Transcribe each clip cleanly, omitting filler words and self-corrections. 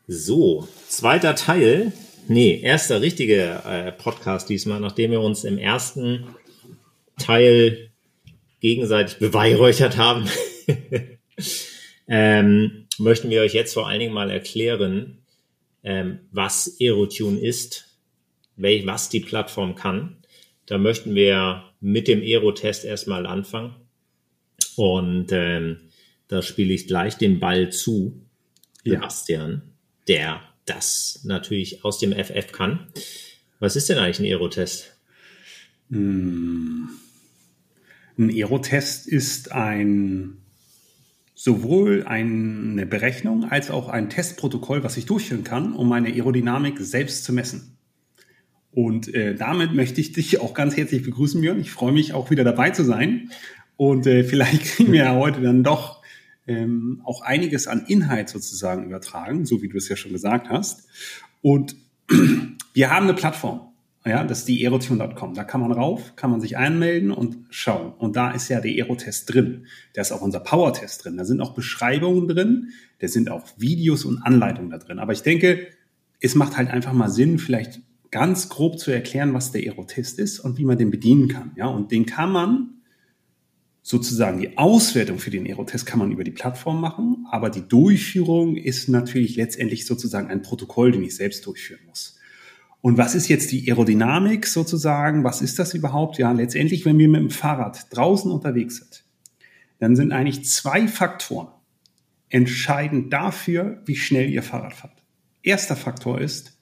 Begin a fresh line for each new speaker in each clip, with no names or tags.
So, zweiter Teil, erster richtiger Podcast diesmal, nachdem wir uns im ersten Teil gegenseitig beweihräuchert haben, möchten wir euch jetzt vor allen Dingen mal erklären, was Aerotune ist, was die Plattform kann. Da möchten wir mit dem Aerotest erstmal anfangen und da spiele ich gleich den Ball zu Sebastian, der das natürlich aus dem FF kann. Was ist denn eigentlich ein Aerotest?
Ein Aerotest ist sowohl eine Berechnung als auch ein Testprotokoll, was ich durchführen kann, um meine Aerodynamik selbst zu messen. Und damit möchte ich dich auch ganz herzlich begrüßen, Björn. Ich freue mich auch wieder dabei zu sein. Und vielleicht kriegen wir ja heute dann doch auch einiges an Inhalt sozusagen übertragen, so wie du es ja schon gesagt hast. Und wir haben eine Plattform, ja, das ist die aerotune.com. Da kann man rauf, kann man sich anmelden und schauen. Und da ist ja der Aerotest drin. Da ist auch unser Power-Test drin. Da sind auch Beschreibungen drin. Da sind auch Videos und Anleitungen da drin. Aber ich denke, es macht halt einfach mal Sinn, vielleicht ganz grob zu erklären, was der Aerotest ist und wie man den bedienen kann. Ja, und den kann man sozusagen, die Auswertung für den Aerotest kann man über die Plattform machen, aber die Durchführung ist natürlich letztendlich sozusagen ein Protokoll, den ich selbst durchführen muss. Und was ist jetzt die Aerodynamik sozusagen? Was ist das überhaupt? Ja, letztendlich, wenn wir mit dem Fahrrad draußen unterwegs sind, dann sind eigentlich 2 Faktoren entscheidend dafür, wie schnell ihr Fahrrad fahrt. Erster Faktor ist,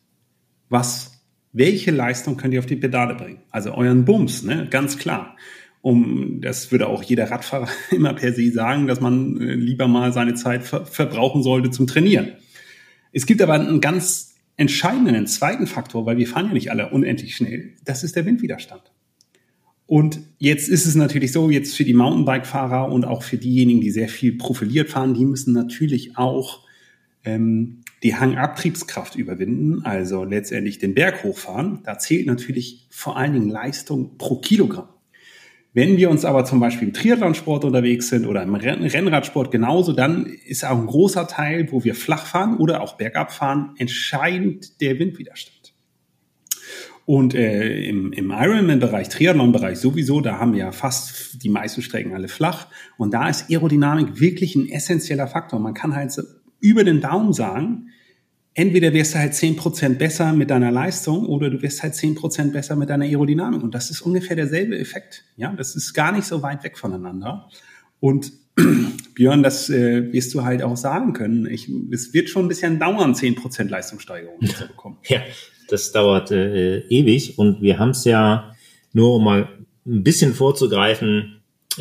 welche Leistung könnt ihr auf die Pedale bringen? Also euren Bums, ganz klar. Das würde auch jeder Radfahrer immer per se sagen, dass man lieber mal seine Zeit verbrauchen sollte zum Trainieren. Es gibt aber einen ganz entscheidenden zweiten Faktor, weil wir fahren ja nicht alle unendlich schnell. Das ist der Windwiderstand. Und jetzt ist es natürlich so, jetzt für die Mountainbike-Fahrer und auch für diejenigen, die sehr viel profiliert fahren, die müssen natürlich auch die Hangabtriebskraft überwinden, also letztendlich den Berg hochfahren. Da zählt natürlich vor allen Dingen Leistung pro Kilogramm. Wenn wir uns aber zum Beispiel im Triathlonsport unterwegs sind oder im Rennradsport genauso, dann ist auch ein großer Teil, wo wir flach fahren oder auch bergab fahren, entscheidend der Windwiderstand. Und im Ironman-Bereich, Triathlon-Bereich sowieso, da haben wir ja fast die meisten Strecken alle flach. Und da ist Aerodynamik wirklich ein essentieller Faktor. Man kann halt so über den Daumen sagen, entweder wirst du halt 10% besser mit deiner Leistung oder du wirst halt 10% besser mit deiner Aerodynamik. Und das ist ungefähr derselbe Effekt. Ja, das ist gar nicht so weit weg voneinander. Und Björn, das wirst du halt auch sagen können. Es wird schon ein bisschen dauern, 10% Leistungssteigerung zu bekommen.
Ja, das dauert ewig. Und wir haben es ja, nur um mal ein bisschen vorzugreifen,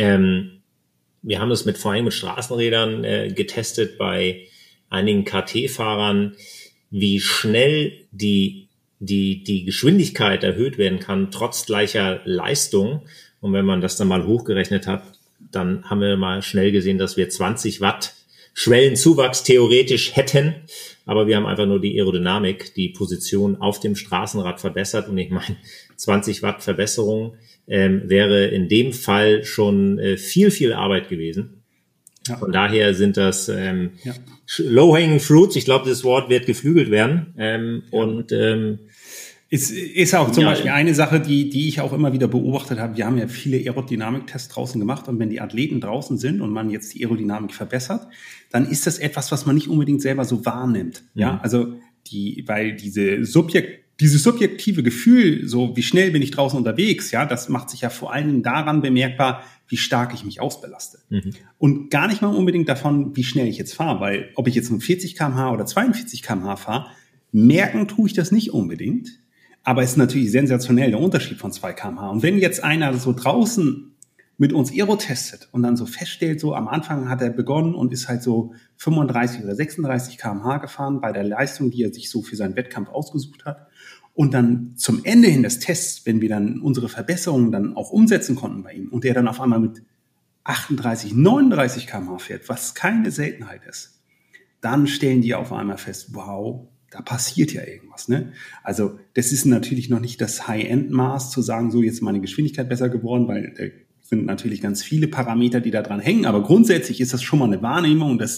wir haben es vor allem mit Straßenrädern getestet bei einigen KT-Fahrern, wie schnell die Geschwindigkeit erhöht werden kann, trotz gleicher Leistung. Und wenn man das dann mal hochgerechnet hat, dann haben wir mal schnell gesehen, dass wir 20 Watt Schwellenzuwachs theoretisch hätten. Aber wir haben einfach nur die Aerodynamik, die Position auf dem Straßenrad verbessert. Und ich meine, 20 Watt Verbesserung wäre in dem Fall schon viel, viel Arbeit gewesen. Ja. Von daher sind das low-hanging fruits. Ich glaube, das Wort wird geflügelt werden.
Ist auch zum Beispiel eine Sache, die ich auch immer wieder beobachtet habe. Wir haben ja viele Aerodynamiktests draußen gemacht. Und wenn die Athleten draußen sind und man jetzt die Aerodynamik verbessert, dann ist das etwas, was man nicht unbedingt selber so wahrnimmt. Mhm. Ja, also weil dieses subjektive Gefühl, so wie schnell bin ich draußen unterwegs, ja, das macht sich ja vor allen Dingen daran bemerkbar, wie stark ich mich ausbelaste. Mhm. Und gar nicht mal unbedingt davon, wie schnell ich jetzt fahre, weil ob ich jetzt nur 40 km/h oder 42 km/h fahre, merken tue ich das nicht unbedingt. Aber es ist natürlich sensationell, der Unterschied von 2 km/h. Und wenn jetzt einer so draußen mit uns Aero testet und dann so feststellt, so am Anfang hat er begonnen und ist halt so 35 oder 36 km/h gefahren bei der Leistung, die er sich so für seinen Wettkampf ausgesucht hat. Und dann zum Ende hin des Tests, wenn wir dann unsere Verbesserungen dann auch umsetzen konnten bei ihm und der dann auf einmal mit 38, 39 km/h fährt, was keine Seltenheit ist, dann stellen die auf einmal fest, wow, da passiert ja irgendwas, ne? Also das ist natürlich noch nicht das High-End-Maß zu sagen, so jetzt ist meine Geschwindigkeit besser geworden, weil sind natürlich ganz viele Parameter, die da dran hängen, aber grundsätzlich ist das schon mal eine Wahrnehmung, das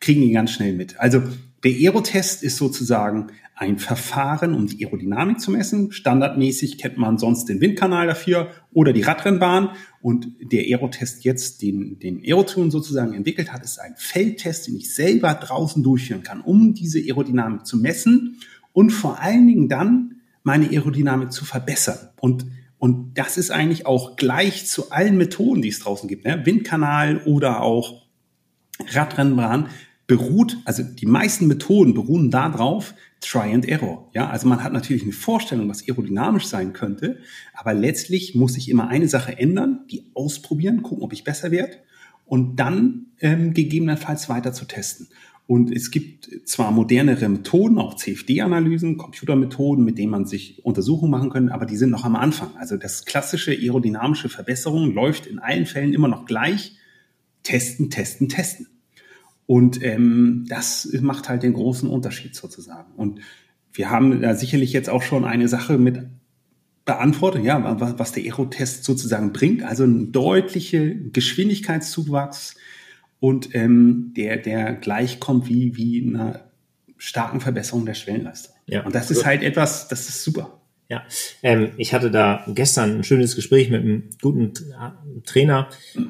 kriegen die ganz schnell mit. Also der Aerotest ist sozusagen ein Verfahren, um die Aerodynamik zu messen. Standardmäßig kennt man sonst den Windkanal dafür oder die Radrennbahn. Und der Aerotest jetzt, den Aerotune sozusagen entwickelt hat, ist ein Feldtest, den ich selber draußen durchführen kann, um diese Aerodynamik zu messen und vor allen Dingen dann meine Aerodynamik zu verbessern. Und das ist eigentlich auch gleich zu allen Methoden, die es draußen gibt, ne? Windkanal oder auch Radrennbahn also die meisten Methoden beruhen darauf, Try and Error. Ja, also man hat natürlich eine Vorstellung, was aerodynamisch sein könnte, aber letztlich muss ich immer eine Sache ändern, die ausprobieren, gucken, ob ich besser werde und dann gegebenenfalls weiter zu testen. Und es gibt zwar modernere Methoden, auch CFD-Analysen, Computermethoden, mit denen man sich Untersuchungen machen kann, aber die sind noch am Anfang. Also das klassische aerodynamische Verbesserung läuft in allen Fällen immer noch gleich. Testen, testen, testen. Und das macht halt den großen Unterschied sozusagen. Und wir haben da sicherlich jetzt auch schon eine Sache mit beantwortet, ja, was der Aerotest sozusagen bringt. Also ein deutlicher Geschwindigkeitszuwachs und der gleichkommt wie einer starken Verbesserung der Schwellenleistung. Ja. Und das ist halt etwas, das ist super.
Ja, ich hatte da gestern ein schönes Gespräch mit einem guten Trainer,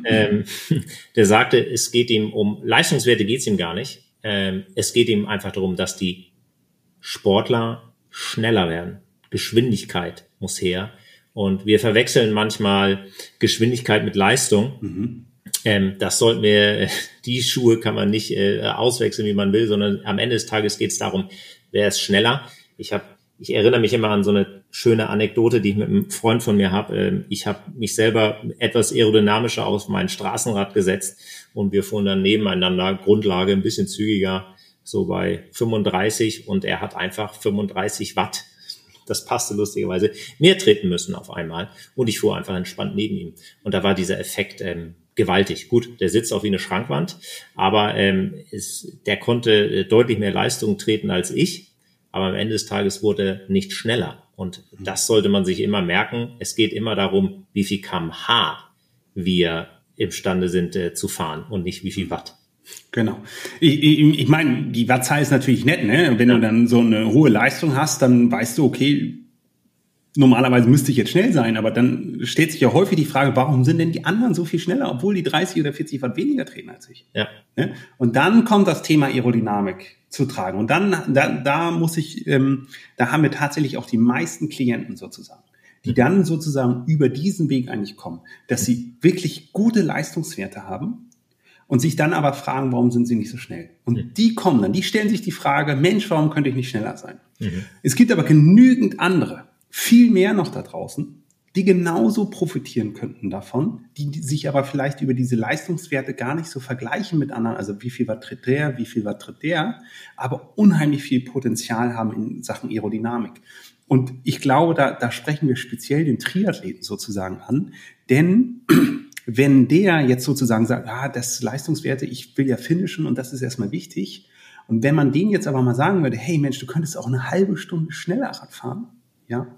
der sagte, es geht ihm um Leistungswerte, geht es ihm gar nicht. Es geht ihm einfach darum, dass die Sportler schneller werden. Geschwindigkeit muss her. Und wir verwechseln manchmal Geschwindigkeit mit Leistung. Das sollten wir, die Schuhe kann man nicht auswechseln, wie man will, sondern am Ende des Tages geht es darum, wer ist schneller. Ich erinnere mich immer an so eine schöne Anekdote, die ich mit einem Freund von mir habe. Ich habe mich selber etwas aerodynamischer auf mein Straßenrad gesetzt und wir fuhren dann nebeneinander, Grundlage ein bisschen zügiger, so bei 35 und er hat einfach 35 Watt, das passte lustigerweise, mehr treten müssen auf einmal und ich fuhr einfach entspannt neben ihm. Und da war dieser Effekt gewaltig. Gut, der sitzt auch wie eine Schrankwand, aber der konnte deutlich mehr Leistung treten als ich. Aber am Ende des Tages wurde er nicht schneller. Und das sollte man sich immer merken. Es geht immer darum, wie viel kmh wir imstande sind zu fahren und nicht wie viel Watt.
Genau. Ich meine, die Wattzahl ist natürlich nett, ne? Wenn du dann so eine hohe Leistung hast, dann weißt du, okay, normalerweise müsste ich jetzt schnell sein, aber dann stellt sich ja häufig die Frage, warum sind denn die anderen so viel schneller, obwohl die 30 oder 40 Watt weniger treten als ich? Ja. Ne? Und dann kommt das Thema Aerodynamik zu tragen. Und dann, da haben wir tatsächlich auch die meisten Klienten sozusagen, die dann sozusagen über diesen Weg eigentlich kommen, dass sie wirklich gute Leistungswerte haben und sich dann aber fragen, warum sind sie nicht so schnell? Und die kommen dann, die stellen sich die Frage, Mensch, warum könnte ich nicht schneller sein? Es gibt aber genügend andere, viel mehr noch da draußen, die genauso profitieren könnten davon, die sich aber vielleicht über diese Leistungswerte gar nicht so vergleichen mit anderen, also wie viel Watt tritt der, wie viel Watt tritt der, aber unheimlich viel Potenzial haben in Sachen Aerodynamik. Und ich glaube, da sprechen wir speziell den Triathleten sozusagen an, denn wenn der jetzt sozusagen sagt, das Leistungswerte, ich will ja finishen und das ist erstmal wichtig, und wenn man denen jetzt aber mal sagen würde, hey Mensch, du könntest auch eine halbe Stunde schneller Rad fahren, ja,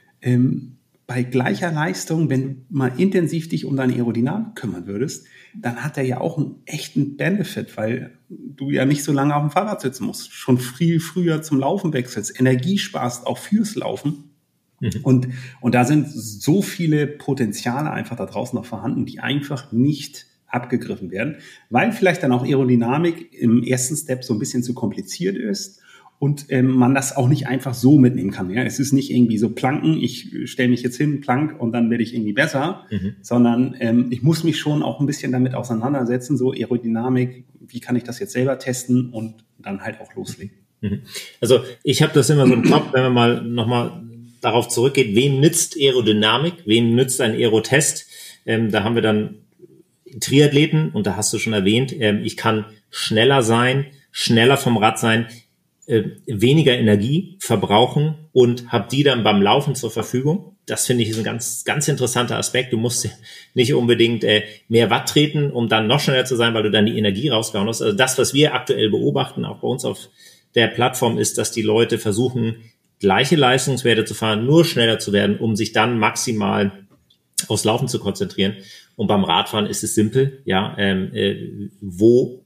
bei gleicher Leistung, wenn du mal intensiv dich um deine Aerodynamik kümmern würdest, dann hat er ja auch einen echten Benefit, weil du ja nicht so lange auf dem Fahrrad sitzen musst, schon viel früher zum Laufen wechselst, Energie sparst auch fürs Laufen. Und da sind so viele Potenziale einfach da draußen noch vorhanden, die einfach nicht abgegriffen werden, weil vielleicht dann auch Aerodynamik im ersten Step so ein bisschen zu kompliziert ist. Und man das auch nicht einfach so mitnehmen kann. Ja? Es ist nicht irgendwie so Planken, ich stelle mich jetzt hin, plank und dann werde ich irgendwie besser, sondern ich muss mich schon auch ein bisschen damit auseinandersetzen, so Aerodynamik, wie kann ich das jetzt selber testen und dann halt auch loslegen.
Also ich habe das immer so im Kopf, wenn man mal nochmal darauf zurückgeht, wem nützt Aerodynamik, wem nützt ein Aerotest? Da haben wir dann Triathleten und da hast du schon erwähnt, ich kann schneller sein, schneller vom Rad sein, weniger Energie verbrauchen und habe die dann beim Laufen zur Verfügung. Das finde ich ist ein ganz, ganz interessanter Aspekt. Du musst nicht unbedingt mehr Watt treten, um dann noch schneller zu sein, weil du dann die Energie rausgehauen hast. Also das, was wir aktuell beobachten, auch bei uns auf der Plattform, ist, dass die Leute versuchen, gleiche Leistungswerte zu fahren, nur schneller zu werden, um sich dann maximal aufs Laufen zu konzentrieren. Und beim Radfahren ist es simpel, ja, wo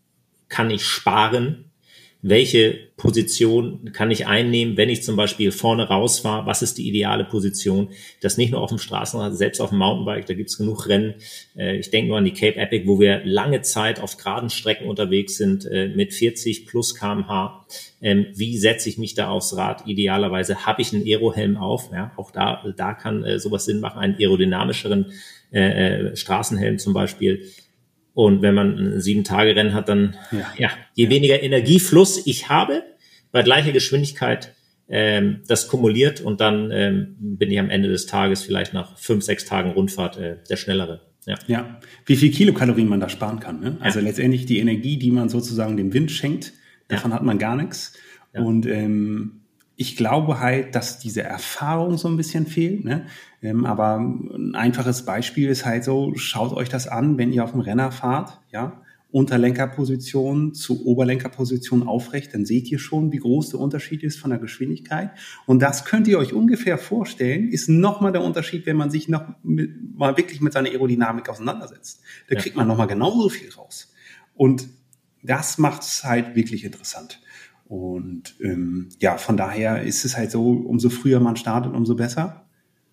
kann ich sparen? Welche Position kann ich einnehmen, wenn ich zum Beispiel vorne rausfahre? Was ist die ideale Position? Das nicht nur auf dem Straßenrad, selbst auf dem Mountainbike, da gibt's genug Rennen. Ich denke nur an die Cape Epic, wo wir lange Zeit auf geraden Strecken unterwegs sind mit 40 plus km/h. Wie setze ich mich da aufs Rad? Idealerweise habe ich einen Aerohelm auf. Ja, auch da kann sowas Sinn machen, einen aerodynamischeren Straßenhelm zum Beispiel. Und wenn man ein 7-Tage-Rennen hat, dann, je weniger Energiefluss ich habe, bei gleicher Geschwindigkeit, das kumuliert und dann bin ich am Ende des Tages vielleicht nach 5-6 Tagen Rundfahrt der Schnellere.
Ja, wie viel Kilokalorien man da sparen kann. Ne? Also letztendlich die Energie, die man sozusagen dem Wind schenkt, davon hat man gar nichts. Ja. Und ich glaube halt, dass diese Erfahrung so ein bisschen fehlt. Ne? Aber ein einfaches Beispiel ist halt so, schaut euch das an, wenn ihr auf dem Renner fahrt, ja, Unterlenkerposition zu Oberlenkerposition aufrecht, dann seht ihr schon, wie groß der Unterschied ist von der Geschwindigkeit. Und das könnt ihr euch ungefähr vorstellen, ist nochmal der Unterschied, wenn man sich mal wirklich mit seiner Aerodynamik auseinandersetzt. Da kriegt man nochmal genauso viel raus. Und das macht es halt wirklich interessant. Und von daher ist es halt so, umso früher man startet, umso besser.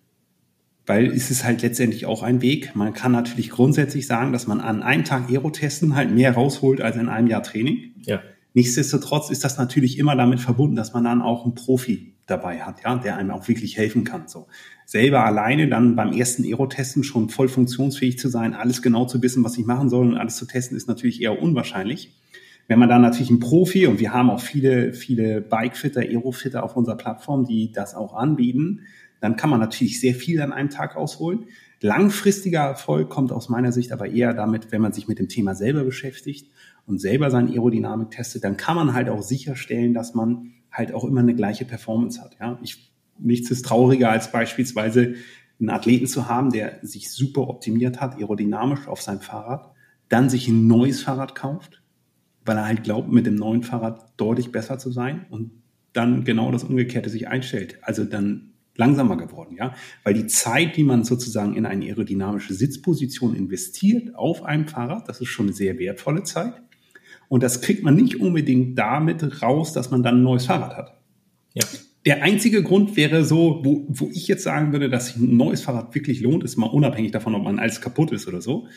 Weil es ist halt letztendlich auch ein Weg. Man kann natürlich grundsätzlich sagen, dass man an einem Tag Aerotesten halt mehr rausholt als in einem Jahr Training. Ja. Nichtsdestotrotz ist das natürlich immer damit verbunden, dass man dann auch einen Profi dabei hat, ja, der einem auch wirklich helfen kann. So selber alleine dann beim ersten Aerotesten schon voll funktionsfähig zu sein, alles genau zu wissen, was ich machen soll und alles zu testen, ist natürlich eher unwahrscheinlich. Wenn man dann natürlich einen Profi, und wir haben auch viele Bikefitter, Aerofitter auf unserer Plattform, die das auch anbieten, dann kann man natürlich sehr viel an einem Tag ausholen. Langfristiger Erfolg kommt aus meiner Sicht aber eher damit, wenn man sich mit dem Thema selber beschäftigt und selber seine Aerodynamik testet, dann kann man halt auch sicherstellen, dass man halt auch immer eine gleiche Performance hat. Ja? Nichts ist trauriger, als beispielsweise einen Athleten zu haben, der sich super optimiert hat, aerodynamisch auf seinem Fahrrad, dann sich ein neues Fahrrad kauft, weil er halt glaubt, mit dem neuen Fahrrad deutlich besser zu sein und dann genau das Umgekehrte sich einstellt. Also dann langsamer geworden, ja, weil die Zeit, die man sozusagen in eine aerodynamische Sitzposition investiert auf einem Fahrrad, das ist schon eine sehr wertvolle Zeit und das kriegt man nicht unbedingt damit raus, dass man dann ein neues Fahrrad hat. Ja. Der einzige Grund wäre so, wo ich jetzt sagen würde, dass sich ein neues Fahrrad wirklich lohnt, ist mal unabhängig davon, ob man alles kaputt ist oder so,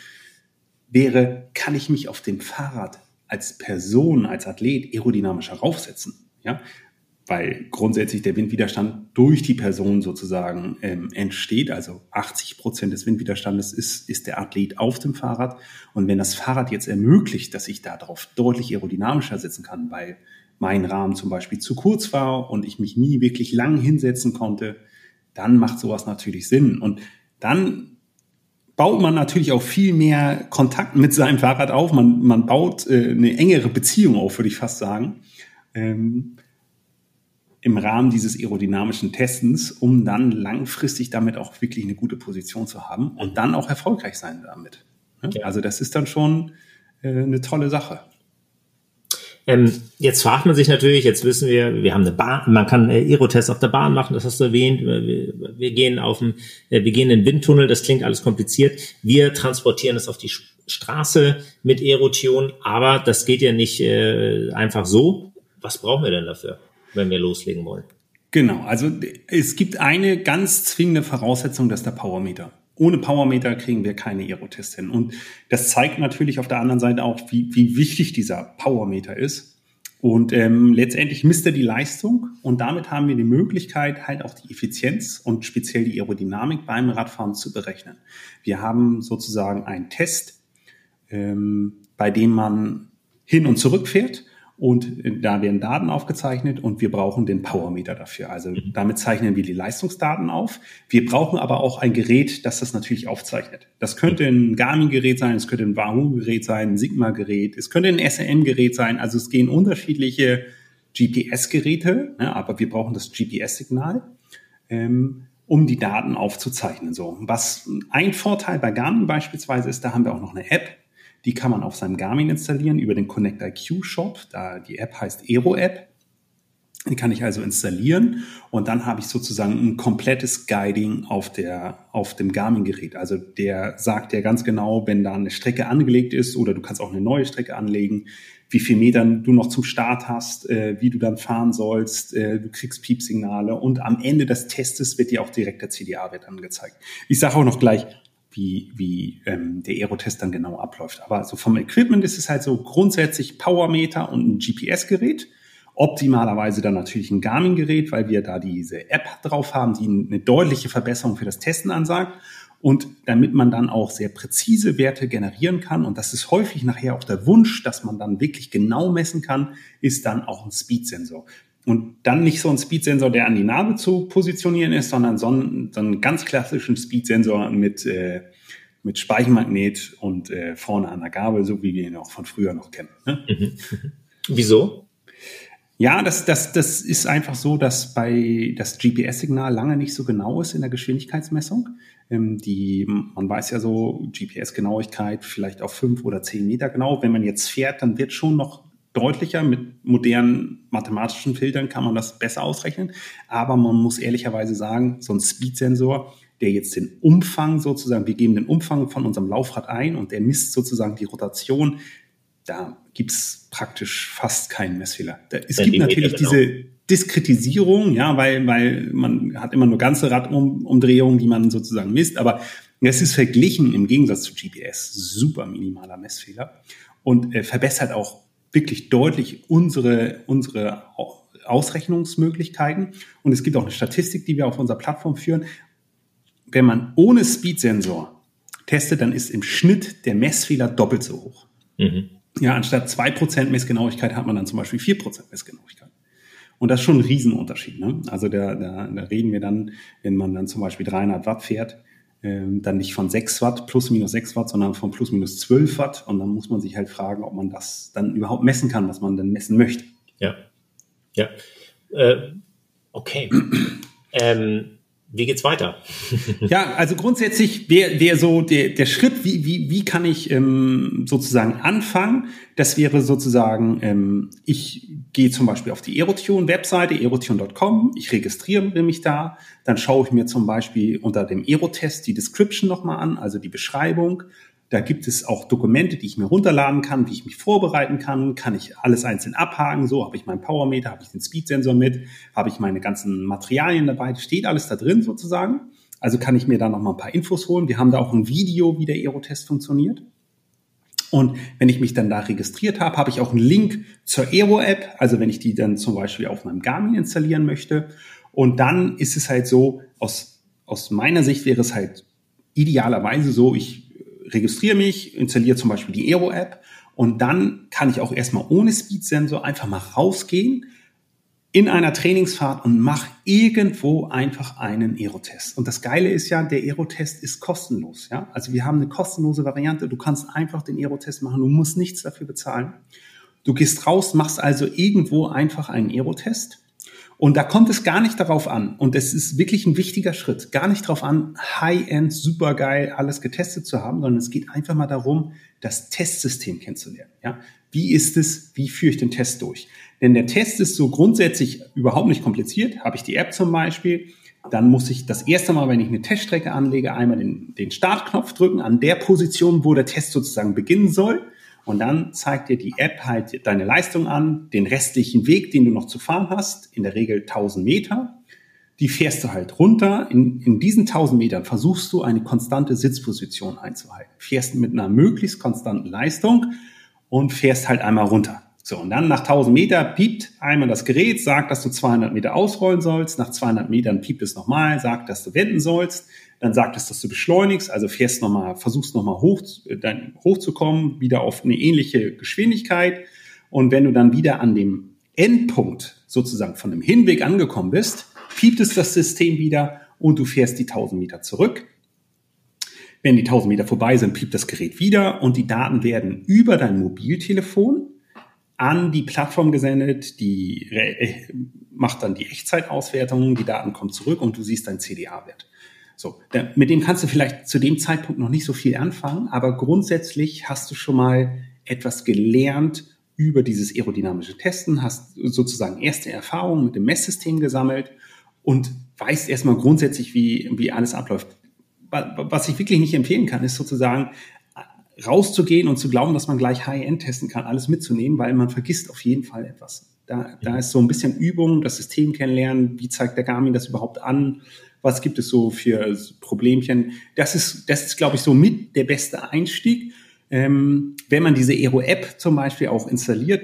wäre, kann ich mich auf dem Fahrrad als Person, als Athlet aerodynamischer raufsetzen, ja, weil grundsätzlich der Windwiderstand durch die Person sozusagen entsteht. Also 80% des Windwiderstandes ist der Athlet auf dem Fahrrad. Und wenn das Fahrrad jetzt ermöglicht, dass ich darauf deutlich aerodynamischer sitzen kann, weil mein Rahmen zum Beispiel zu kurz war und ich mich nie wirklich lang hinsetzen konnte, dann macht sowas natürlich Sinn. Und dann baut man natürlich auch viel mehr Kontakt mit seinem Fahrrad auf. Man baut eine engere Beziehung auf, würde ich fast sagen. Im Rahmen dieses aerodynamischen Testens, um dann langfristig damit auch wirklich eine gute Position zu haben und dann auch erfolgreich sein damit. Ja. Also das ist dann schon eine tolle Sache.
Jetzt fragt man sich natürlich, jetzt wissen wir haben eine Bahn, man kann Aerotests auf der Bahn machen, das hast du erwähnt, wir gehen in den Windtunnel, das klingt alles kompliziert, wir transportieren es auf die Straße mit Aerotion, aber das geht ja nicht einfach so. Was brauchen wir denn dafür, wenn wir loslegen wollen?
Genau, also es gibt eine ganz zwingende Voraussetzung, das ist der Powermeter. Ohne Powermeter kriegen wir keine Aerotests hin. Und das zeigt natürlich auf der anderen Seite auch, wie wichtig dieser Powermeter ist. Und letztendlich misst er die Leistung und damit haben wir die Möglichkeit, halt auch die Effizienz und speziell die Aerodynamik beim Radfahren zu berechnen. Wir haben sozusagen einen Test, bei dem man hin und zurück fährt. Und da werden Daten aufgezeichnet und wir brauchen den Powermeter dafür. Also damit zeichnen wir die Leistungsdaten auf. Wir brauchen aber auch ein Gerät, das das natürlich aufzeichnet. Das könnte ein Garmin-Gerät sein, es könnte ein Wahoo-Gerät sein, ein Sigma-Gerät, es könnte ein SRM-Gerät sein. Also es gehen unterschiedliche GPS-Geräte, ja, aber wir brauchen das GPS-Signal, um die Daten aufzuzeichnen. So, was ein Vorteil bei Garmin beispielsweise ist, da haben wir auch noch eine App. Die kann man auf seinem Garmin installieren über den Connect IQ Shop. Die App heißt Aero App. Die kann ich also installieren und dann habe ich sozusagen ein komplettes Guiding auf dem Garmin-Gerät. Also der sagt ja ganz genau, wenn da eine Strecke angelegt ist oder du kannst auch eine neue Strecke anlegen, wie viel Metern du noch zum Start hast, wie du dann fahren sollst, du kriegst Piepsignale und am Ende des Testes wird dir auch direkt der CDA-Wert angezeigt. Ich sage auch noch gleich, wie der Aerotest dann genau abläuft. Aber so vom Equipment ist es halt so grundsätzlich Powermeter und ein GPS-Gerät. Optimalerweise dann natürlich ein Garmin-Gerät, weil wir da diese App drauf haben, die eine deutliche Verbesserung für das Testen ansagt. Und damit man dann auch sehr präzise Werte generieren kann, und das ist häufig nachher auch der Wunsch, dass man dann wirklich genau messen kann, ist dann auch ein Speedsensor. Und dann nicht so ein Speedsensor, der an die Narbe zu positionieren ist, sondern so einen ganz klassischen Speedsensor mit Speichenmagnet und vorne an der Gabel, so wie wir ihn auch von früher noch kennen. Ne?
Mhm. Wieso?
Ja, das ist einfach so, dass das GPS-Signal lange nicht so genau ist in der Geschwindigkeitsmessung. Man weiß ja so, GPS-Genauigkeit vielleicht auf 5 oder 10 Meter genau. Wenn man jetzt fährt, dann wird schon noch deutlicher. Mit modernen mathematischen Filtern kann man das besser ausrechnen. Aber man muss ehrlicherweise sagen, so ein Speedsensor, der jetzt den Umfang sozusagen, wir geben den Umfang von unserem Laufrad ein und der misst sozusagen die Rotation, da gibt's praktisch fast keinen Messfehler. Es gibt natürlich diese Diskretisierung, ja, weil man hat immer nur ganze Radumdrehungen, die man sozusagen misst, aber es ist verglichen im Gegensatz zu GPS super minimaler Messfehler und verbessert auch wirklich deutlich unsere Ausrechnungsmöglichkeiten. Und es gibt auch eine Statistik, die wir auf unserer Plattform führen. Wenn man ohne Speedsensor testet, dann ist im Schnitt der Messfehler doppelt so hoch. Mhm. Ja, anstatt 2% Messgenauigkeit hat man dann zum Beispiel 4% Messgenauigkeit. Und das ist schon ein Riesenunterschied. Ne? Also da reden wir dann, wenn man dann zum Beispiel 300 Watt fährt, dann nicht von 6 Watt plus minus 6 Watt, sondern von plus minus 12 Watt. Und dann muss man sich halt fragen, ob man das dann überhaupt messen kann, was man denn messen möchte.
Ja. Okay. Wie geht's weiter?
Ja, also grundsätzlich wäre so der Schritt, wie kann ich sozusagen anfangen? Das wäre sozusagen, ich gehe zum Beispiel auf die Aerotune-Webseite, aerotune.com, ich registriere mich da, dann schaue ich mir zum Beispiel unter dem Aerotest die Description nochmal an, also die Beschreibung. Da gibt es auch Dokumente, die ich mir runterladen kann, wie ich mich vorbereiten kann ich alles einzeln abhaken, so habe ich meinen Powermeter, habe ich den Speedsensor mit, habe ich meine ganzen Materialien dabei, steht alles da drin sozusagen. Also kann ich mir da nochmal ein paar Infos holen. Wir haben da auch ein Video, wie der Aerotest funktioniert. Und wenn ich mich dann da registriert habe, habe ich auch einen Link zur Aero-App, also wenn ich die dann zum Beispiel auf meinem Garmin installieren möchte. Und dann ist es halt so, aus meiner Sicht wäre es halt idealerweise so, ich registriere mich, installiere zum Beispiel die Aero-App und dann kann ich auch erstmal ohne Speedsensor einfach mal rausgehen in einer Trainingsfahrt und mache irgendwo einfach einen Aerotest. Und das Geile ist ja, der Aerotest ist kostenlos. Ja? Also wir haben eine kostenlose Variante. Du kannst einfach den Aerotest machen. Du musst nichts dafür bezahlen. Du gehst raus, machst also irgendwo einfach einen Aerotest. Und da kommt es gar nicht darauf an, und das ist wirklich ein wichtiger Schritt, gar nicht darauf an, High-End, supergeil, alles getestet zu haben, sondern es geht einfach mal darum, das Testsystem kennenzulernen. Ja? Wie ist es, wie führe ich den Test durch? Denn der Test ist so grundsätzlich überhaupt nicht kompliziert. Habe ich die App zum Beispiel, dann muss ich das erste Mal, wenn ich eine Teststrecke anlege, einmal den Startknopf drücken, an der Position, wo der Test sozusagen beginnen soll. Und dann zeigt dir die App halt deine Leistung an, den restlichen Weg, den du noch zu fahren hast, in der Regel 1000 Meter. Die fährst du halt runter. In diesen 1000 Metern versuchst du eine konstante Sitzposition einzuhalten. Fährst mit einer möglichst konstanten Leistung und fährst halt einmal runter. So, und dann nach 1000 Meter piept einmal das Gerät, sagt, dass du 200 Meter ausrollen sollst. Nach 200 Metern piept es nochmal, sagt, dass du wenden sollst. Dann sagt es, dass du beschleunigst, also versuchst nochmal hochzukommen, wieder auf eine ähnliche Geschwindigkeit. Und wenn du dann wieder an dem Endpunkt sozusagen von dem Hinweg angekommen bist, piept es das System wieder und du fährst die 1000 Meter zurück. Wenn die 1000 Meter vorbei sind, piept das Gerät wieder und die Daten werden über dein Mobiltelefon an die Plattform gesendet, die macht dann die Echtzeitauswertung, die Daten kommen zurück und du siehst deinen CDA-Wert. So, mit dem kannst du vielleicht zu dem Zeitpunkt noch nicht so viel anfangen, aber grundsätzlich hast du schon mal etwas gelernt, über dieses aerodynamische Testen, hast sozusagen erste Erfahrungen mit dem Messsystem gesammelt und weißt erstmal grundsätzlich, wie alles abläuft. Was ich wirklich nicht empfehlen kann, ist sozusagen rauszugehen und zu glauben, dass man gleich High-End testen kann, alles mitzunehmen, weil man vergisst auf jeden Fall etwas. Da ist so ein bisschen Übung, das System kennenlernen, wie zeigt der Garmin das überhaupt an, was gibt es so für Problemchen. Das ist, glaube ich, so mit der beste Einstieg. Wenn man diese Aero-App zum Beispiel auch installiert,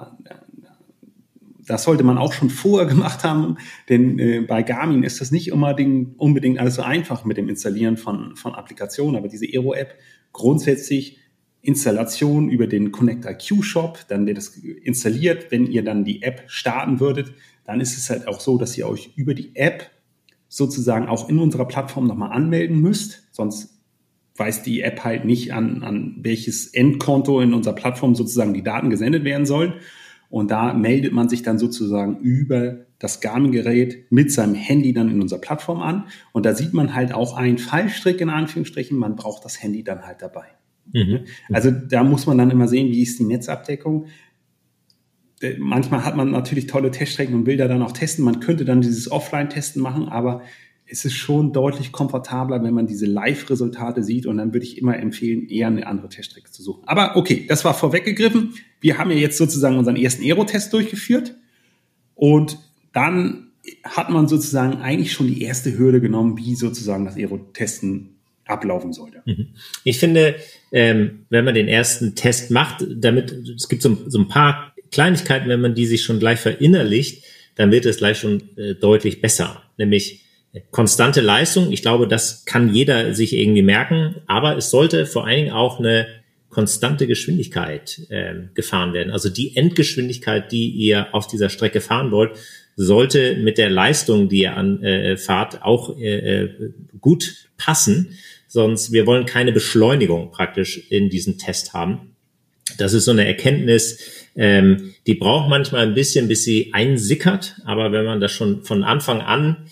das sollte man auch schon vorher gemacht haben, denn bei Garmin ist das nicht unbedingt alles so einfach mit dem Installieren von Applikationen, aber diese Aero-App grundsätzlich Installation über den Connect IQ Shop, dann wird das installiert. Wenn ihr dann die App starten würdet, dann ist es halt auch so, dass ihr euch über die App sozusagen auch in unserer Plattform nochmal anmelden müsst, sonst weiß die App halt nicht, an welches Endkonto in unserer Plattform sozusagen die Daten gesendet werden sollen. Und da meldet man sich dann sozusagen über das Garmin-Gerät mit seinem Handy dann in unserer Plattform an. Und da sieht man halt auch einen Fallstrick in Anführungsstrichen, man braucht das Handy dann halt dabei. Mhm. Also da muss man dann immer sehen, wie ist die Netzabdeckung. Manchmal hat man natürlich tolle Teststrecken und will da dann auch testen. Man könnte dann dieses Offline-Testen machen, aber es ist schon deutlich komfortabler, wenn man diese Live-Resultate sieht. Und dann würde ich immer empfehlen, eher eine andere Teststrecke zu suchen. Aber okay, das war vorweggegriffen. Wir haben ja jetzt sozusagen unseren ersten Aero-Test durchgeführt. Und dann hat man sozusagen eigentlich schon die erste Hürde genommen, wie sozusagen das Aero-Testen ablaufen sollte.
Ich finde, wenn man den ersten Test macht, es gibt so ein paar Kleinigkeiten, wenn man die sich schon gleich verinnerlicht, dann wird es gleich schon deutlich besser. Nämlich konstante Leistung. Ich glaube, das kann jeder sich irgendwie merken, aber es sollte vor allen Dingen auch eine konstante Geschwindigkeit gefahren werden. Also die Endgeschwindigkeit, die ihr auf dieser Strecke fahren wollt, sollte mit der Leistung, die ihr fahrt, auch gut passen. Sonst, wir wollen keine Beschleunigung praktisch in diesem Test haben. Das ist so eine Erkenntnis, die braucht manchmal ein bisschen, bis sie einsickert. Aber wenn man das schon von Anfang an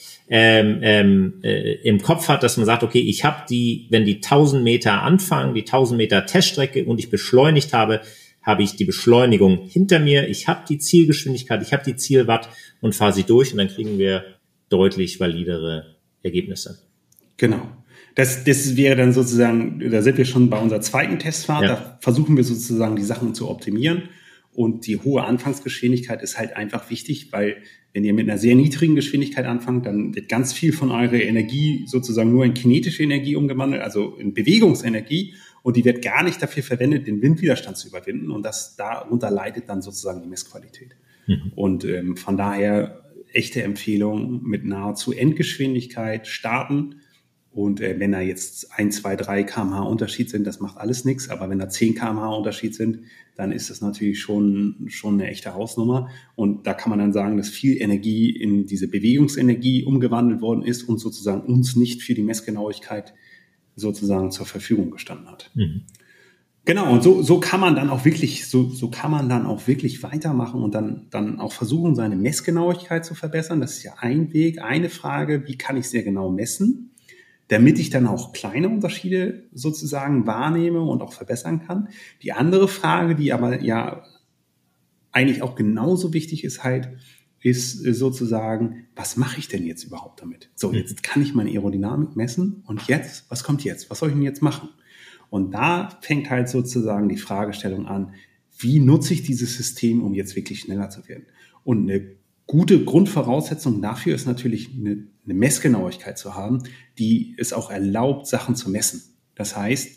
im Kopf hat, dass man sagt, okay, ich habe wenn die 1000 Meter anfangen, die 1000 Meter Teststrecke und ich beschleunigt habe ich die Beschleunigung hinter mir, ich habe die Zielgeschwindigkeit, ich habe die Zielwatt und fahre sie durch und dann kriegen wir deutlich validere Ergebnisse.
Genau. Das wäre dann sozusagen, da sind wir schon bei unserer zweiten Testfahrt, ja. Da versuchen wir sozusagen die Sachen zu optimieren und die hohe Anfangsgeschwindigkeit ist halt einfach wichtig, weil wenn ihr mit einer sehr niedrigen Geschwindigkeit anfangt, dann wird ganz viel von eurer Energie sozusagen nur in kinetische Energie umgewandelt, also in Bewegungsenergie und die wird gar nicht dafür verwendet, den Windwiderstand zu überwinden und darunter leidet dann sozusagen die Messqualität. Mhm. Und von daher echte Empfehlung mit nahezu Endgeschwindigkeit starten. Und wenn da jetzt 1, 2, 3 km/h Unterschied sind, das macht alles nichts. Aber wenn da 10 km/h Unterschied sind, dann ist das natürlich schon eine echte Hausnummer. Und da kann man dann sagen, dass viel Energie in diese Bewegungsenergie umgewandelt worden ist und sozusagen uns nicht für die Messgenauigkeit sozusagen zur Verfügung gestanden hat. Mhm. Genau, und so kann man dann auch wirklich, so kann man dann auch wirklich weitermachen und dann auch versuchen, seine Messgenauigkeit zu verbessern. Das ist ja ein Weg, eine Frage, wie kann ich sehr genau messen, damit ich dann auch kleine Unterschiede sozusagen wahrnehme und auch verbessern kann. Die andere Frage, die aber ja eigentlich auch genauso wichtig ist ist sozusagen, was mache ich denn jetzt überhaupt damit? So, jetzt kann ich meine Aerodynamik messen und jetzt, was kommt jetzt? Was soll ich denn jetzt machen? Und da fängt halt sozusagen die Fragestellung an, wie nutze ich dieses System, um jetzt wirklich schneller zu werden? Und eine gute Grundvoraussetzung dafür ist natürlich eine Messgenauigkeit zu haben, die es auch erlaubt, Sachen zu messen. Das heißt,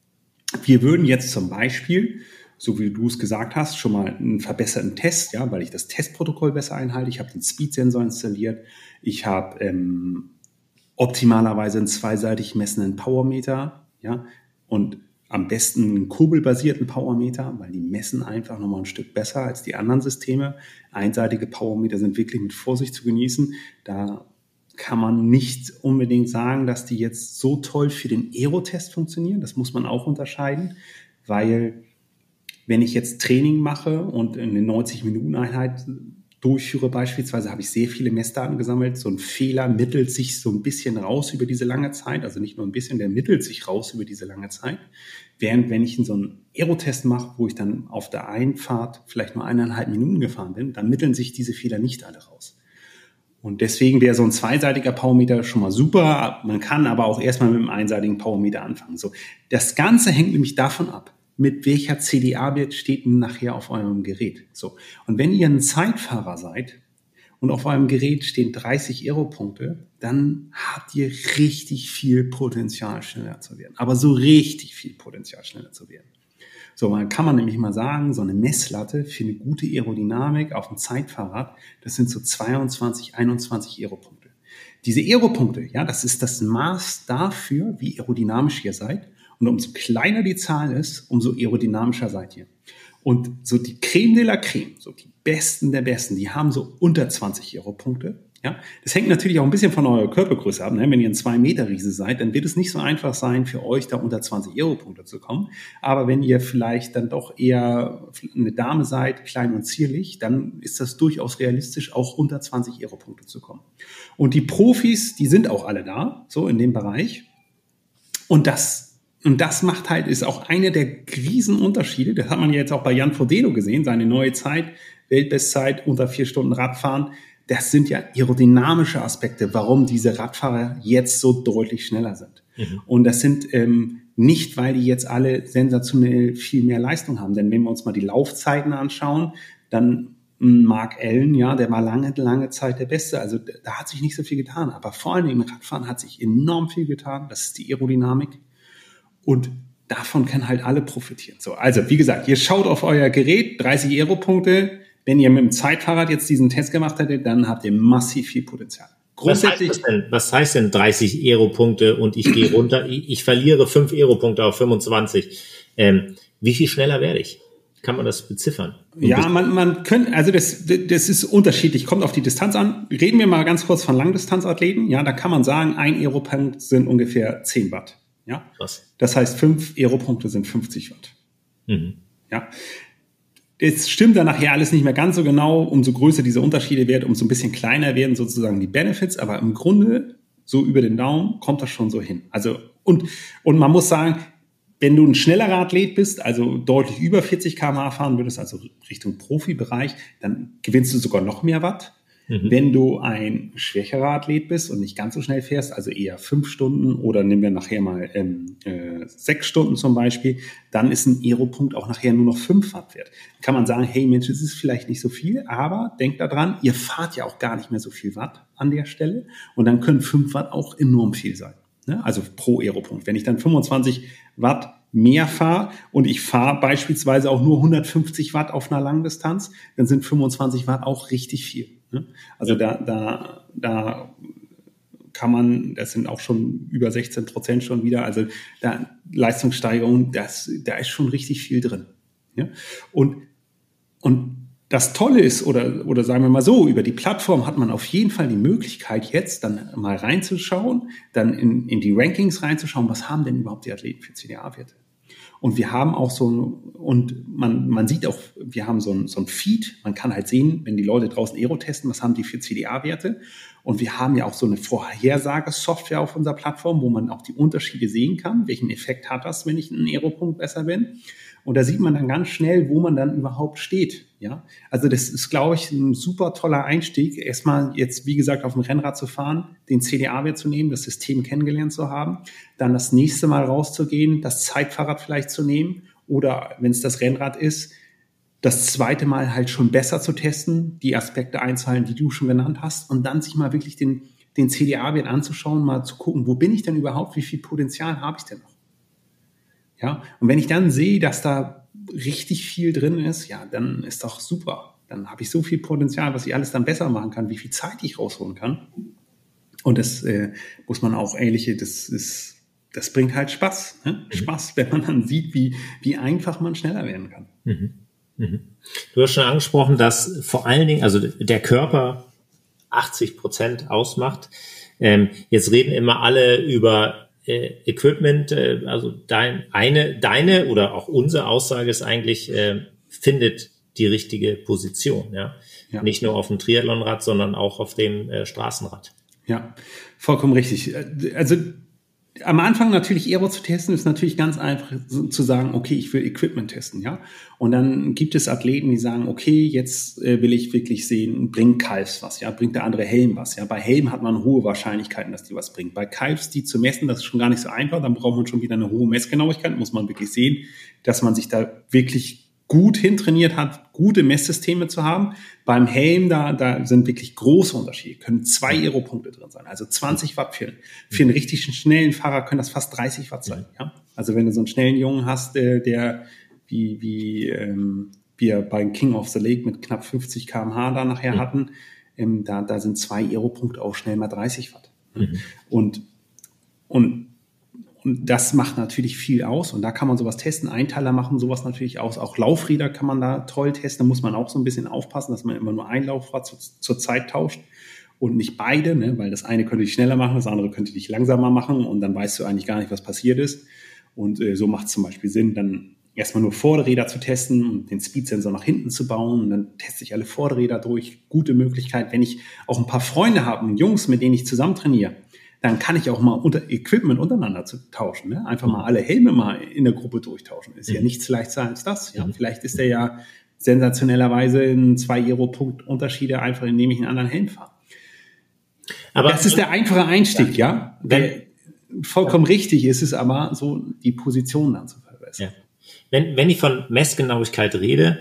wir würden jetzt zum Beispiel, so wie du es gesagt hast, schon mal einen verbesserten Test, ja, weil ich das Testprotokoll besser einhalte. Ich habe den Speed-Sensor installiert. Ich habe optimalerweise einen zweiseitig messenden Powermeter, ja, und am besten einen kurbelbasierten Powermeter, weil die messen einfach nochmal ein Stück besser als die anderen Systeme. Einseitige Powermeter sind wirklich mit Vorsicht zu genießen. Da kann man nicht unbedingt sagen, dass die jetzt so toll für den Aero-Test funktionieren. Das muss man auch unterscheiden, weil wenn ich jetzt Training mache und in eine 90-Minuten-Einheit durchführe beispielsweise, habe ich sehr viele Messdaten gesammelt. So ein Fehler mittelt sich so ein bisschen raus über diese lange Zeit, also nicht nur ein bisschen, der mittelt sich raus über diese lange Zeit. Während wenn ich so einen Aerotest mache, wo ich dann auf der Einfahrt vielleicht nur 1,5 Minuten gefahren bin, dann mitteln sich diese Fehler nicht alle raus. Und deswegen wäre so ein zweiseitiger Powermeter schon mal super. Man kann aber auch erstmal mit einem einseitigen Powermeter anfangen. So, das Ganze hängt nämlich davon ab, mit welcher CDA-Wert steht denn nachher auf eurem Gerät. So. Und wenn ihr ein Zeitfahrer seid und auf eurem Gerät stehen 30 Aeropunkte, dann habt ihr richtig viel Potenzial, schneller zu werden. Aber so richtig viel Potenzial, schneller zu werden. So, man kann man nämlich mal sagen, so eine Messlatte für eine gute Aerodynamik auf dem Zeitfahrrad, das sind so 22, 21 Aeropunkte. Diese Aeropunkte, ja, das ist das Maß dafür, wie aerodynamisch ihr seid. Und umso kleiner die Zahl ist, umso aerodynamischer seid ihr. Und so die Creme de la Creme, so die Besten der Besten, die haben so unter 20 Aeropunkte. Ja, das hängt natürlich auch ein bisschen von eurer Körpergröße ab. Ne? Wenn ihr ein 2-Meter-Riese seid, dann wird es nicht so einfach sein, für euch da unter 20 Aeropunkte zu kommen. Aber wenn ihr vielleicht dann doch eher eine Dame seid, klein und zierlich, dann ist das durchaus realistisch, auch unter 20 Aeropunkte zu kommen. Und die Profis, die sind auch alle da, so in dem Bereich. Und das macht halt, ist auch einer der Riesenunterschiede. Das hat man ja jetzt auch bei Jan Frodeno gesehen, seine neue Zeit, Weltbestzeit, unter 4 Stunden Radfahren. Das sind ja aerodynamische Aspekte, warum diese Radfahrer jetzt so deutlich schneller sind. Mhm. Und das sind nicht, weil die jetzt alle sensationell viel mehr Leistung haben. Denn wenn wir uns mal die Laufzeiten anschauen, dann Mark Allen, ja, der war lange Zeit der Beste. Also da hat sich nicht so viel getan. Aber vor allem im Radfahren hat sich enorm viel getan. Das ist die Aerodynamik. Und davon können halt alle profitieren. So, also wie gesagt, ihr schaut auf euer Gerät, 30 Aeropunkte. Wenn ihr mit dem Zeitfahrrad jetzt diesen Test gemacht hättet, dann habt ihr massiv viel Potenzial.
Grundsätzlich. Was heißt denn 30 Aeropunkte und ich gehe runter? Ich verliere 5 Aeropunkte auf 25. Wie viel schneller werde ich? Kann man das beziffern?
Ja, man könnte, also das ist unterschiedlich, kommt auf die Distanz an. Reden wir mal ganz kurz von Langdistanzathleten. Ja, da kann man sagen, ein Aeropunkt sind ungefähr 10 Watt. Ja, krass. Das heißt, 5 Aeropunkte sind 50 Watt. Mhm. Ja. Es stimmt dann nachher alles nicht mehr ganz so genau. Umso größer diese Unterschiede werden, umso ein bisschen kleiner werden sozusagen die Benefits. Aber im Grunde, so über den Daumen, kommt das schon so hin. Also, und man muss sagen, wenn du ein schneller Athlet bist, also deutlich über 40 km/h fahren würdest, also Richtung Profibereich, dann gewinnst du sogar noch mehr Watt. Mhm. Wenn du ein schwächerer Athlet bist und nicht ganz so schnell fährst, also eher 5 Stunden oder nehmen wir nachher mal 6 Stunden zum Beispiel, dann ist ein Aeropunkt auch nachher nur noch 5 Watt wert. Kann man sagen, hey Mensch, es ist vielleicht nicht so viel, aber denkt daran, ihr fahrt ja auch gar nicht mehr so viel Watt an der Stelle und dann können 5 Watt auch enorm viel sein. Ne? Also pro Aeropunkt. Wenn ich dann 25 Watt mehr fahre und ich fahre beispielsweise auch nur 150 Watt auf einer langen Distanz, dann sind 25 Watt auch richtig viel. Also da kann man, das sind auch schon über 16% schon wieder, also da Leistungssteigerung, da ist schon richtig viel drin. Ja? Und das Tolle ist, oder sagen wir mal so, über die Plattform hat man auf jeden Fall die Möglichkeit, jetzt dann mal reinzuschauen, dann in die Rankings reinzuschauen, was haben denn überhaupt die Athleten für CDA-Werte? Und wir haben auch man sieht auch, wir haben so ein Feed, man kann halt sehen, wenn die Leute draußen Aero testen, was haben die für CDA-Werte. Und wir haben ja auch so eine Vorhersagesoftware auf unserer Plattform, wo man auch die Unterschiede sehen kann. Welchen Effekt hat das, wenn ich einen Aeropunkt besser bin? Und da sieht man dann ganz schnell, wo man dann überhaupt steht. Ja, also das ist, glaube ich, ein super toller Einstieg. Erstmal jetzt, wie gesagt, auf dem Rennrad zu fahren, den CDA-Wert zu nehmen, das System kennengelernt zu haben, dann das nächste Mal rauszugehen, das Zeitfahrrad vielleicht zu nehmen oder, wenn es das Rennrad ist, das zweite Mal halt schon besser zu testen, die Aspekte einzuhalten, die du schon genannt hast und dann sich mal wirklich den CDA-Wert anzuschauen, mal zu gucken, wo bin ich denn überhaupt, wie viel Potenzial habe ich denn noch? Ja, und wenn ich dann sehe, dass da richtig viel drin ist, ja, dann ist doch super. Dann habe ich so viel Potenzial, was ich alles dann besser machen kann, wie viel Zeit ich rausholen kann. Und das muss man auch das bringt halt Spaß. Ne? Mhm. Spaß, wenn man dann sieht, wie einfach man schneller werden kann.
Mhm. Mhm. Du hast schon angesprochen, dass vor allen Dingen, also der Körper 80% ausmacht. Jetzt reden immer alle über Equipment, also deine oder auch unsere Aussage ist eigentlich, findet die richtige Position, ja. Nicht nur auf dem Triathlonrad, sondern auch auf dem Straßenrad.
Ja, vollkommen richtig. Also am Anfang natürlich Aero zu testen, ist natürlich ganz einfach zu sagen, okay, ich will Equipment testen, ja. Und dann gibt es Athleten, die sagen, okay, jetzt will ich wirklich sehen, bringt Calves was, ja, bringt der andere Helm was, ja. Bei Helm hat man hohe Wahrscheinlichkeiten, dass die was bringen. Bei Calves, die zu messen, das ist schon gar nicht so einfach, dann braucht man schon wieder eine hohe Messgenauigkeit, muss man wirklich sehen, dass man sich da wirklich gut hintrainiert hat, gute Messsysteme zu haben. Beim Helm, da sind wirklich große Unterschiede. Können 2 Aero-Punkte drin sein. Also 20 Watt für einen richtig schnellen Fahrer können das fast 30 Watt sein. Ja? Also wenn du so einen schnellen Jungen hast, der wie wir bei King of the Lake mit knapp 50 km/h da nachher hatten, da sind 2 Aero-Punkte auch schnell mal 30 Watt. Und das macht natürlich viel aus und da kann man sowas testen. Einteiler machen sowas natürlich aus. Auch Laufräder kann man da toll testen. Da muss man auch so ein bisschen aufpassen, dass man immer nur ein Laufrad zur Zeit tauscht und nicht beide, ne? Weil das eine könnte dich schneller machen, das andere könnte dich langsamer machen und dann weißt du eigentlich gar nicht, was passiert ist. Und so macht es zum Beispiel Sinn, dann erstmal nur Vorderräder zu testen und den Speedsensor nach hinten zu bauen und dann teste ich alle Vorderräder durch. Gute Möglichkeit, wenn ich auch ein paar Freunde habe und Jungs, mit denen ich zusammen trainiere, dann kann ich auch mal Equipment untereinander tauschen. Ne? Einfach mal alle Helme mal in der Gruppe durchtauschen. Ist ja nichts leichter als das. Ja? Vielleicht ist der ja sensationellerweise in 2 Aero-Punkt Unterschiede, einfach indem ich einen anderen Helm fahre. Aber das ist der einfache Einstieg, ja. Vollkommen richtig ist es aber, so die Position dann zu verbessern.
Ja. Wenn ich von Messgenauigkeit rede,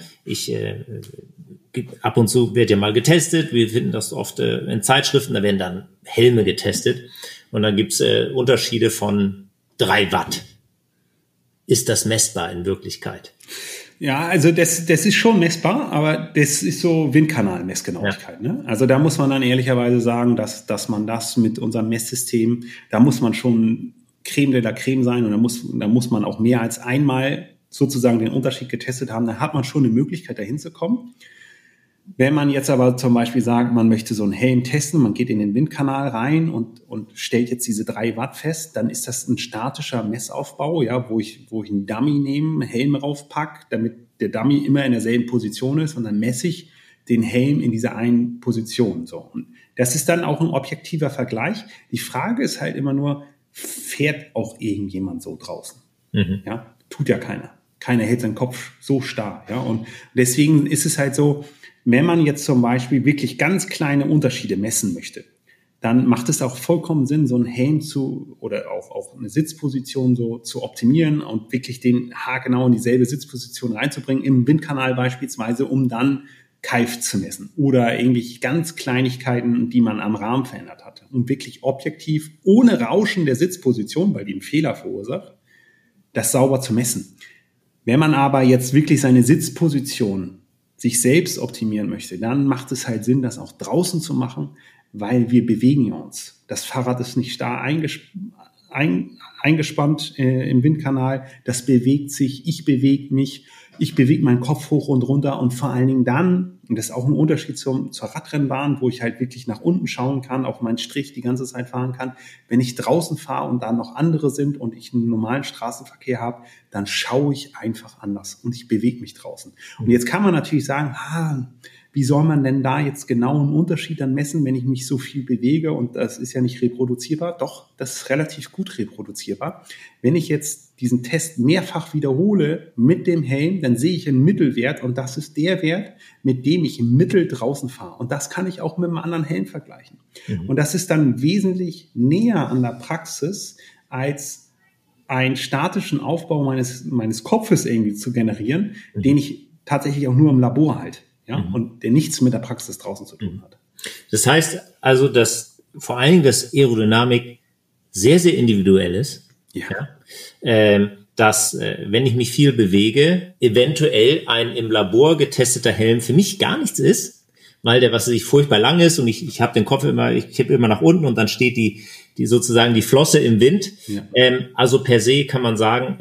ab und zu wird ja mal getestet. Wir finden das oft in Zeitschriften, da werden dann Helme getestet. Und dann gibt's Unterschiede von 3 Watt. Ist das messbar in Wirklichkeit?
Ja, also das ist schon messbar, aber das ist so Windkanal-Messgenauigkeit. Ja. Ne? Also da muss man dann ehrlicherweise sagen, dass man das mit unserem Messsystem, da muss man schon Creme de la Creme sein und da muss man auch mehr als einmal sozusagen den Unterschied getestet haben. Dann hat man schon eine Möglichkeit, da hinzukommen. Wenn man jetzt aber zum Beispiel sagt, man möchte so einen Helm testen, man geht in den Windkanal rein und stellt jetzt diese 3 Watt fest, dann ist das ein statischer Messaufbau, ja, wo ich einen Dummy nehme, einen Helm raufpack, damit der Dummy immer in derselben Position ist und dann messe ich den Helm in dieser einen Position. So. Und das ist dann auch ein objektiver Vergleich. Die Frage ist halt immer nur, fährt auch irgendjemand so draußen? Ja, tut ja keiner. Keiner hält seinen Kopf so starr. Ja, und deswegen ist es halt so, wenn man jetzt zum Beispiel wirklich ganz kleine Unterschiede messen möchte, dann macht es auch vollkommen Sinn, so einen Helm oder auch eine Sitzposition so zu optimieren und wirklich den haargenau in dieselbe Sitzposition reinzubringen, im Windkanal beispielsweise, um dann Keif zu messen oder irgendwelche ganz Kleinigkeiten, die man am Rahmen verändert hatte, um wirklich objektiv, ohne Rauschen der Sitzposition, weil die einen Fehler verursacht, das sauber zu messen. Wenn man aber jetzt wirklich seine Sitzposition sich selbst optimieren möchte, dann macht es halt Sinn, das auch draußen zu machen, weil wir bewegen uns. Das Fahrrad ist nicht starr eingespannt im Windkanal, das bewegt sich, ich bewege mich, ich bewege meinen Kopf hoch und runter und vor allen Dingen dann, und das ist auch ein Unterschied zur Radrennbahn, wo ich halt wirklich nach unten schauen kann, auf meinen Strich die ganze Zeit fahren kann. Wenn ich draußen fahre und da noch andere sind und ich einen normalen Straßenverkehr habe, dann schaue ich einfach anders und ich bewege mich draußen. Und jetzt kann man natürlich sagen, wie soll man denn da jetzt genau einen Unterschied dann messen, wenn ich mich so viel bewege und das ist ja nicht reproduzierbar? Doch, das ist relativ gut reproduzierbar. Wenn ich jetzt diesen Test mehrfach wiederhole mit dem Helm, dann sehe ich einen Mittelwert und das ist der Wert, mit dem ich im Mittel draußen fahre. Und das kann ich auch mit einem anderen Helm vergleichen. Und das ist dann wesentlich näher an der Praxis, als einen statischen Aufbau meines Kopfes irgendwie zu generieren, den ich tatsächlich auch nur im Labor halte. Ja, und der nichts mit der Praxis draußen zu tun hat.
Das heißt also, dass vor allen Dingen das Aerodynamik sehr, sehr individuell ist. Ja. Dass, wenn ich mich viel bewege, eventuell ein im Labor getesteter Helm für mich gar nichts ist, weil der, was weiß ich, furchtbar lang ist und ich habe den Kopf ich kippe immer nach unten und dann steht die sozusagen die Flosse im Wind. Ja. Also per se kann man sagen,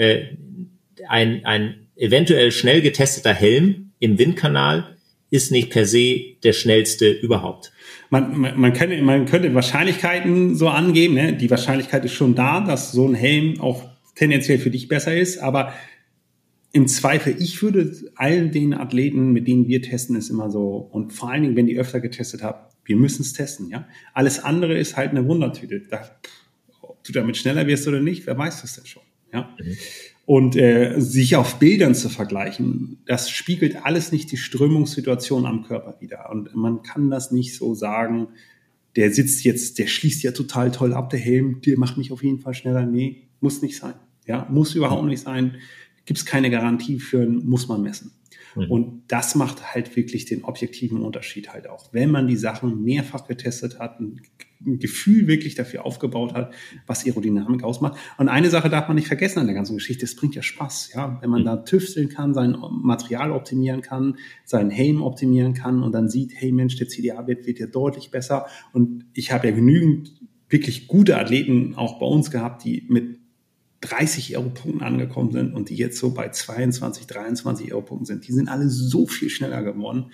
ein eventuell schnell getesteter Helm im Windkanal ist nicht per se der schnellste überhaupt.
Man könnte Wahrscheinlichkeiten so angeben, ne? Die Wahrscheinlichkeit ist schon da, dass so ein Helm auch tendenziell für dich besser ist, aber im Zweifel, ich würde all den Athleten, mit denen wir testen, ist immer so, und vor allen Dingen, wenn die öfter getestet haben, wir müssen es testen, ja. Alles andere ist halt eine Wundertüte. Ob du damit schneller wirst oder nicht, wer weiß das denn schon, ja. Und sich auf Bildern zu vergleichen, das spiegelt alles nicht die Strömungssituation am Körper wider. Und man kann das nicht so sagen, der schließt ja total toll ab, der Helm, der macht mich auf jeden Fall schneller. Nee, muss nicht sein. Ja, muss überhaupt nicht sein. Gibt es keine Garantie für, muss man messen. Und das macht halt wirklich den objektiven Unterschied halt auch. Wenn man die Sachen mehrfach getestet hat, ein Gefühl wirklich dafür aufgebaut hat, was Aerodynamik ausmacht. Und eine Sache darf man nicht vergessen an der ganzen Geschichte, es bringt ja Spaß, ja. Wenn man da tüfteln kann, sein Material optimieren kann, seinen Helm optimieren kann und dann sieht, hey Mensch, der CDA-Wert wird ja deutlich besser. Und ich habe ja genügend wirklich gute Athleten auch bei uns gehabt, die mit 30 Aero-Punkten angekommen sind und die jetzt so bei 22, 23 Aero-Punkten sind. Die sind alle so viel schneller geworden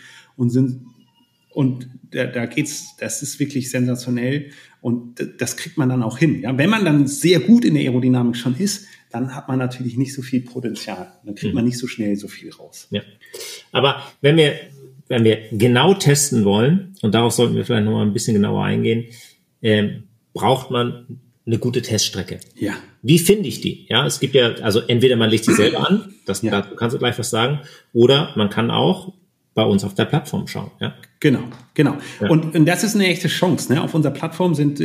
und da geht's, das ist wirklich sensationell und das kriegt man dann auch hin. Ja? Wenn man dann sehr gut in der Aerodynamik schon ist, dann hat man natürlich nicht so viel Potenzial. Dann kriegt man nicht so schnell so viel raus.
Ja. Aber wenn wir genau testen wollen, und darauf sollten wir vielleicht noch mal ein bisschen genauer eingehen, braucht man eine gute Teststrecke.
Ja.
Wie finde ich die? Ja, es gibt ja, also entweder man legt sie selber an, da kannst du gleich was sagen, oder man kann auch bei uns auf der Plattform schauen. Ja.
Genau. Ja. Und das ist eine echte Chance. Ne? Auf unserer Plattform sind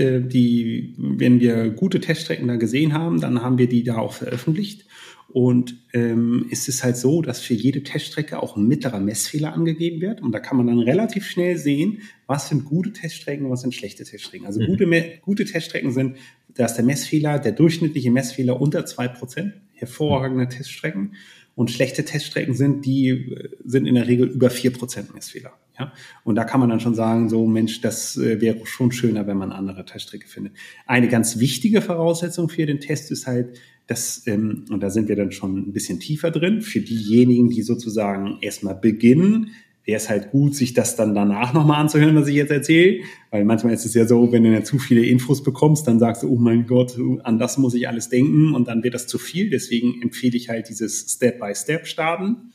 wenn wir gute Teststrecken da gesehen haben, dann haben wir die da auch veröffentlicht. Und es ist halt so, dass für jede Teststrecke auch ein mittlerer Messfehler angegeben wird. Und da kann man dann relativ schnell sehen, was sind gute Teststrecken und was sind schlechte Teststrecken. Also gute Teststrecken sind, da ist der durchschnittliche Messfehler unter 2%, hervorragende Teststrecken. Und schlechte Teststrecken sind in der Regel über 4% Messfehler. Ja? Und da kann man dann schon sagen, so Mensch, das wäre schon schöner, wenn man eine andere Teststrecke findet. Eine ganz wichtige Voraussetzung für den Test ist halt, und da sind wir dann schon ein bisschen tiefer drin, für diejenigen, die sozusagen erstmal beginnen, wäre es halt gut, sich das dann danach nochmal anzuhören, was ich jetzt erzähle. Weil manchmal ist es ja so, wenn du dann zu viele Infos bekommst, dann sagst du, oh mein Gott, an das muss ich alles denken und dann wird das zu viel. Deswegen empfehle ich halt dieses Step-by-Step starten.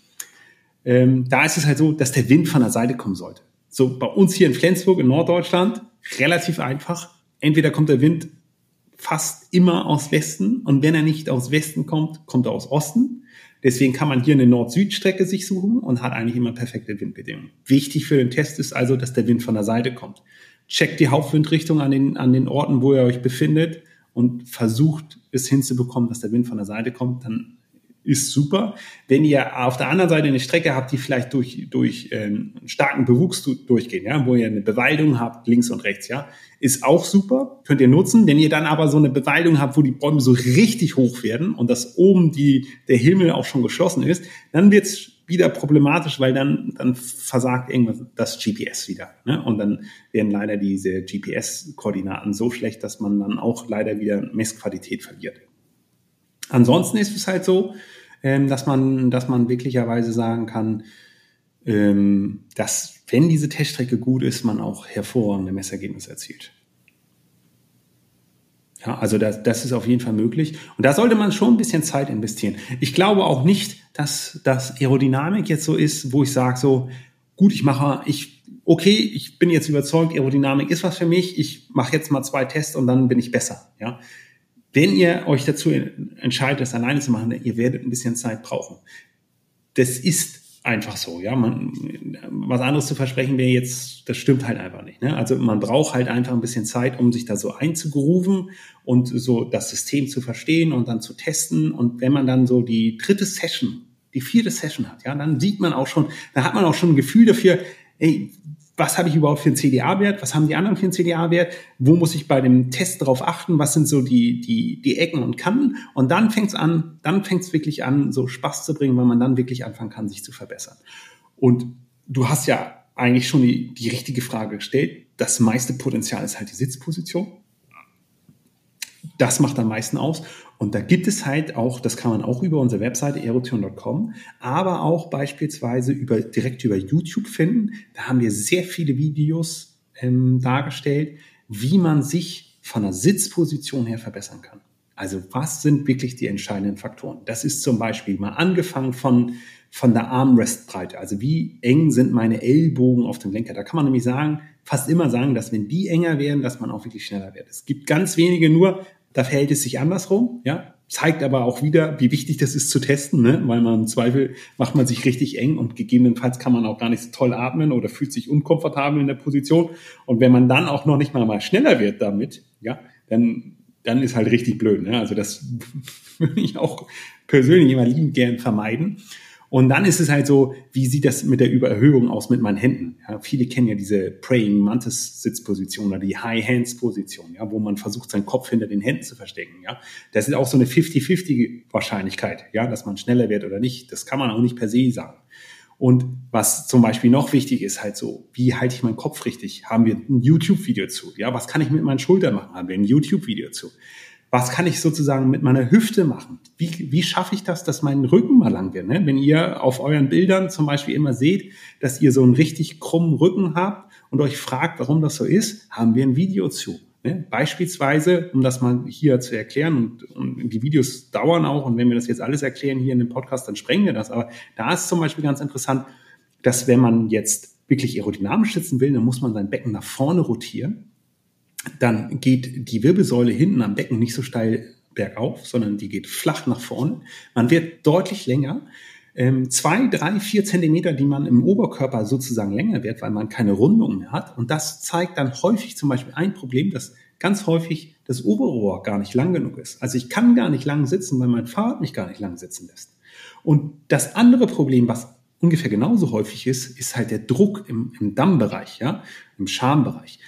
Da ist es halt so, dass der Wind von der Seite kommen sollte. So bei uns hier in Flensburg in Norddeutschland, relativ einfach. Entweder kommt der Wind fast immer aus Westen und wenn er nicht aus Westen kommt, kommt er aus Osten. Deswegen kann man hier eine Nord-Süd-Strecke sich suchen und hat eigentlich immer perfekte Windbedingungen. Wichtig für den Test ist also, dass der Wind von der Seite kommt. Checkt die Hauptwindrichtung an den Orten, wo ihr euch befindet und versucht es hinzubekommen, dass der Wind von der Seite kommt, dann ist super. Wenn ihr auf der anderen Seite eine Strecke habt, die vielleicht durch starken Bewuchs durchgeht, ja, wo ihr eine Bewaldung habt, links und rechts, ja, ist auch super, könnt ihr nutzen. Wenn ihr dann aber so eine Bewaldung habt, wo die Bäume so richtig hoch werden und dass oben der Himmel auch schon geschlossen ist, dann wird's wieder problematisch, weil dann versagt irgendwas das GPS wieder. Ne? Und dann werden leider diese GPS-Koordinaten so schlecht, dass man dann auch leider wieder Messqualität verliert. Ansonsten ist es halt so, dass man wirklicherweise sagen kann, dass, wenn diese Teststrecke gut ist, man auch hervorragende Messergebnisse erzielt. Ja, also das ist auf jeden Fall möglich. Und da sollte man schon ein bisschen Zeit investieren. Ich glaube auch nicht, dass Aerodynamik jetzt so ist, wo ich sage so, gut, ich bin jetzt überzeugt, Aerodynamik ist was für mich, ich mache jetzt mal 2 Tests und dann bin ich besser. Ja. Wenn ihr euch dazu entscheidet, das alleine zu machen, ihr werdet ein bisschen Zeit brauchen. Das ist einfach so, ja. Was anderes zu versprechen wäre jetzt, das stimmt halt einfach nicht. Ne? Also man braucht halt einfach ein bisschen Zeit, um sich da so einzugrooven und so das System zu verstehen und dann zu testen. Und wenn man dann so die 4. Session hat, ja, dann sieht man auch schon, da hat man auch schon ein Gefühl dafür, ey, was habe ich überhaupt für einen CDA-Wert? Was haben die anderen für einen CDA-Wert? Wo muss ich bei dem Test drauf achten? Was sind so die Ecken und Kanten? Und dann fängt's wirklich an, so Spaß zu bringen, weil man dann wirklich anfangen kann, sich zu verbessern. Und du hast ja eigentlich schon die richtige Frage gestellt. Das meiste Potenzial ist halt die Sitzposition. Das macht am meisten aus. Und da gibt es halt auch, das kann man auch über unsere Webseite aerotion.com, aber auch beispielsweise direkt über YouTube finden. Da haben wir sehr viele Videos dargestellt, wie man sich von der Sitzposition her verbessern kann. Also was sind wirklich die entscheidenden Faktoren? Das ist zum Beispiel mal angefangen von der Armrestbreite. Also wie eng sind meine Ellbogen auf dem Lenker? Da kann man nämlich fast immer sagen, dass wenn die enger werden, dass man auch wirklich schneller wird. Es gibt ganz wenige nur, da verhält es sich andersrum, ja. Zeigt aber auch wieder, wie wichtig das ist zu testen, ne? Weil man im Zweifel macht man sich richtig eng und gegebenenfalls kann man auch gar nicht so toll atmen oder fühlt sich unkomfortabel in der Position. Und wenn man dann auch noch nicht mal schneller wird damit, ja, dann ist halt richtig blöd, ne? Also das würde ich auch persönlich immer liebend gern vermeiden. Und dann ist es halt so, wie sieht das mit der Übererhöhung aus mit meinen Händen? Ja, viele kennen ja diese Praying Mantis Sitzposition oder die High Hands Position, ja, wo man versucht, seinen Kopf hinter den Händen zu verstecken, ja. Das ist auch so eine 50-50 Wahrscheinlichkeit, ja, dass man schneller wird oder nicht. Das kann man auch nicht per se sagen. Und was zum Beispiel noch wichtig ist, halt so, wie halte ich meinen Kopf richtig? Haben wir ein YouTube-Video zu? Ja, was kann ich mit meinen Schultern machen? Haben wir ein YouTube-Video zu? Was kann ich sozusagen mit meiner Hüfte machen? Wie schaffe ich das, dass mein Rücken mal lang wird? Ne? Wenn ihr auf euren Bildern zum Beispiel immer seht, dass ihr so einen richtig krummen Rücken habt und euch fragt, warum das so ist, haben wir ein Video zu. Ne? Beispielsweise, um das mal hier zu erklären, und die Videos dauern auch, und wenn wir das jetzt alles erklären hier in dem Podcast, dann sprengen wir das. Aber da ist zum Beispiel ganz interessant, dass wenn man jetzt wirklich aerodynamisch sitzen will, dann muss man sein Becken nach vorne rotieren. Dann geht die Wirbelsäule hinten am Becken nicht so steil bergauf, sondern die geht flach nach vorne. Man wird deutlich länger. 2, 3, 4 Zentimeter, die man im Oberkörper sozusagen länger wird, weil man keine Rundung mehr hat. Und das zeigt dann häufig zum Beispiel ein Problem, dass ganz häufig das Oberrohr gar nicht lang genug ist. Also ich kann gar nicht lang sitzen, weil mein Fahrrad mich gar nicht lang sitzen lässt. Und das andere Problem, was ungefähr genauso häufig ist halt der Druck im Dammbereich, ja, im Schambereich.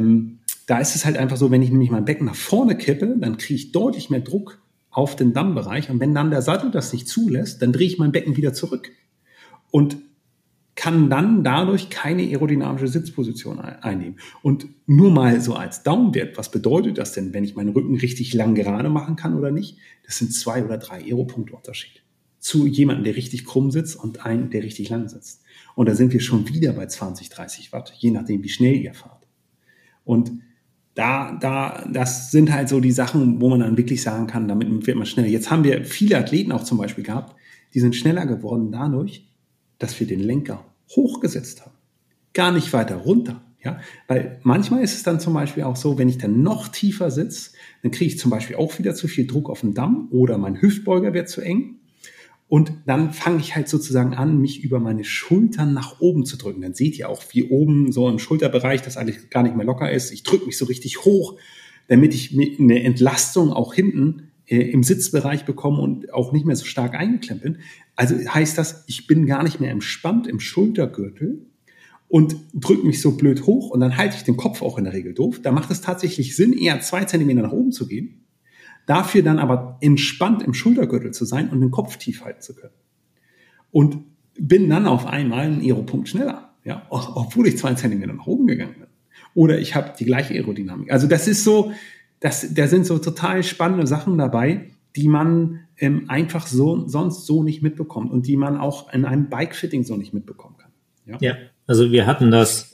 Da ist es halt einfach so, wenn ich nämlich mein Becken nach vorne kippe, dann kriege ich deutlich mehr Druck auf den Dammbereich. Und wenn dann der Sattel das nicht zulässt, dann drehe ich mein Becken wieder zurück und kann dann dadurch keine aerodynamische Sitzposition einnehmen. Und nur mal so als Daumenwert, was bedeutet das denn, wenn ich meinen Rücken richtig lang gerade machen kann oder nicht? Das sind 2 oder 3 Aeropunkte Unterschied zu jemandem, der richtig krumm sitzt und einem, der richtig lang sitzt. Und da sind wir schon wieder bei 20, 30 Watt, je nachdem, wie schnell ihr fahrt. Und das sind halt so die Sachen, wo man dann wirklich sagen kann, damit wird man schneller. Jetzt haben wir viele Athleten auch zum Beispiel gehabt, die sind schneller geworden dadurch, dass wir den Lenker hochgesetzt haben. Gar nicht weiter runter. Ja? Weil manchmal ist es dann zum Beispiel auch so, wenn ich dann noch tiefer sitze, dann kriege ich zum Beispiel auch wieder zu viel Druck auf den Damm oder mein Hüftbeuger wird zu eng. Und dann fange ich halt sozusagen an, mich über meine Schultern nach oben zu drücken. Dann seht ihr auch, wie oben so im Schulterbereich das eigentlich gar nicht mehr locker ist. Ich drücke mich so richtig hoch, damit ich eine Entlastung auch hinten im Sitzbereich bekomme und auch nicht mehr so stark eingeklemmt bin. Also heißt das, ich bin gar nicht mehr entspannt im Schultergürtel und drücke mich so blöd hoch und dann halte ich den Kopf auch in der Regel doof. Da macht es tatsächlich Sinn, eher 2 Zentimeter nach oben zu gehen. Dafür dann aber entspannt im Schultergürtel zu sein und den Kopf tief halten zu können. Und bin dann auf einmal einen Aeropunkt schneller, ja, obwohl ich 2 Zentimeter nach oben gegangen bin. Oder ich habe die gleiche Aerodynamik. Also das ist so, da sind so total spannende Sachen dabei, die man einfach so sonst so nicht mitbekommt und die man auch in einem Bikefitting so nicht mitbekommen kann.
Ja, also wir hatten das,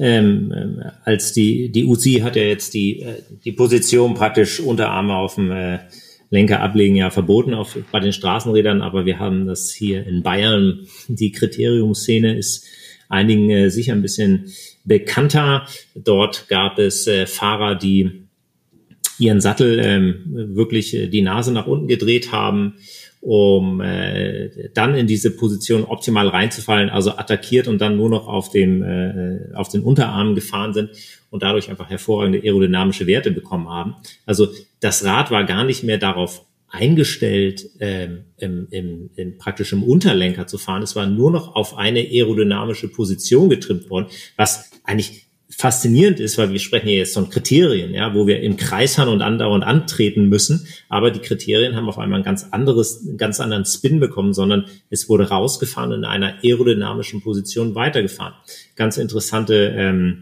als die UCI hat ja jetzt die Position praktisch Unterarme auf dem Lenker ablegen ja verboten bei den Straßenrädern, aber wir haben das hier in Bayern, die Kriteriumsszene ist einigen sicher ein bisschen bekannter. Dort gab es Fahrer, die ihren Sattel wirklich die Nase nach unten gedreht haben, um dann in diese Position optimal reinzufallen, also attackiert und dann nur noch auf den Unterarmen gefahren sind und dadurch einfach hervorragende aerodynamische Werte bekommen haben. Also das Rad war gar nicht mehr darauf eingestellt, praktisch im Unterlenker zu fahren. Es war nur noch auf eine aerodynamische Position getrimmt worden, was eigentlich faszinierend ist, weil wir sprechen hier jetzt von Kriterien, ja, wo wir im Kreis fahren und andauernd antreten müssen, aber die Kriterien haben auf einmal einen ganz anderen Spin bekommen, sondern es wurde rausgefahren und in einer aerodynamischen Position weitergefahren. Ganz interessante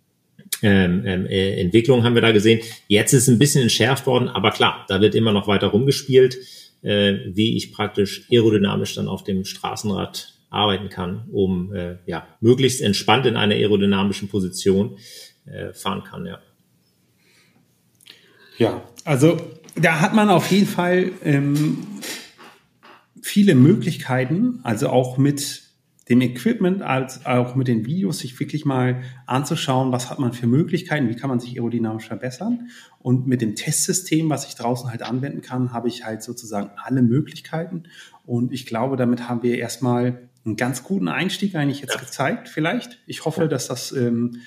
Entwicklung haben wir da gesehen. Jetzt ist es ein bisschen entschärft worden, aber klar, da wird immer noch weiter rumgespielt, wie ich praktisch aerodynamisch dann auf dem Straßenrad arbeiten kann, um möglichst entspannt in einer aerodynamischen Position fahren kann. Ja,
ja, also Da hat man auf jeden Fall viele Möglichkeiten, also auch mit dem Equipment als auch mit den Videos, sich wirklich mal anzuschauen, was hat man für Möglichkeiten, wie kann man sich aerodynamisch verbessern. Und mit dem Testsystem, was ich draußen halt anwenden kann, habe ich halt sozusagen alle Möglichkeiten. Und ich glaube, damit haben wir erstmal einen ganz guten Einstieg eigentlich jetzt gezeigt, vielleicht. Ich hoffe, dass das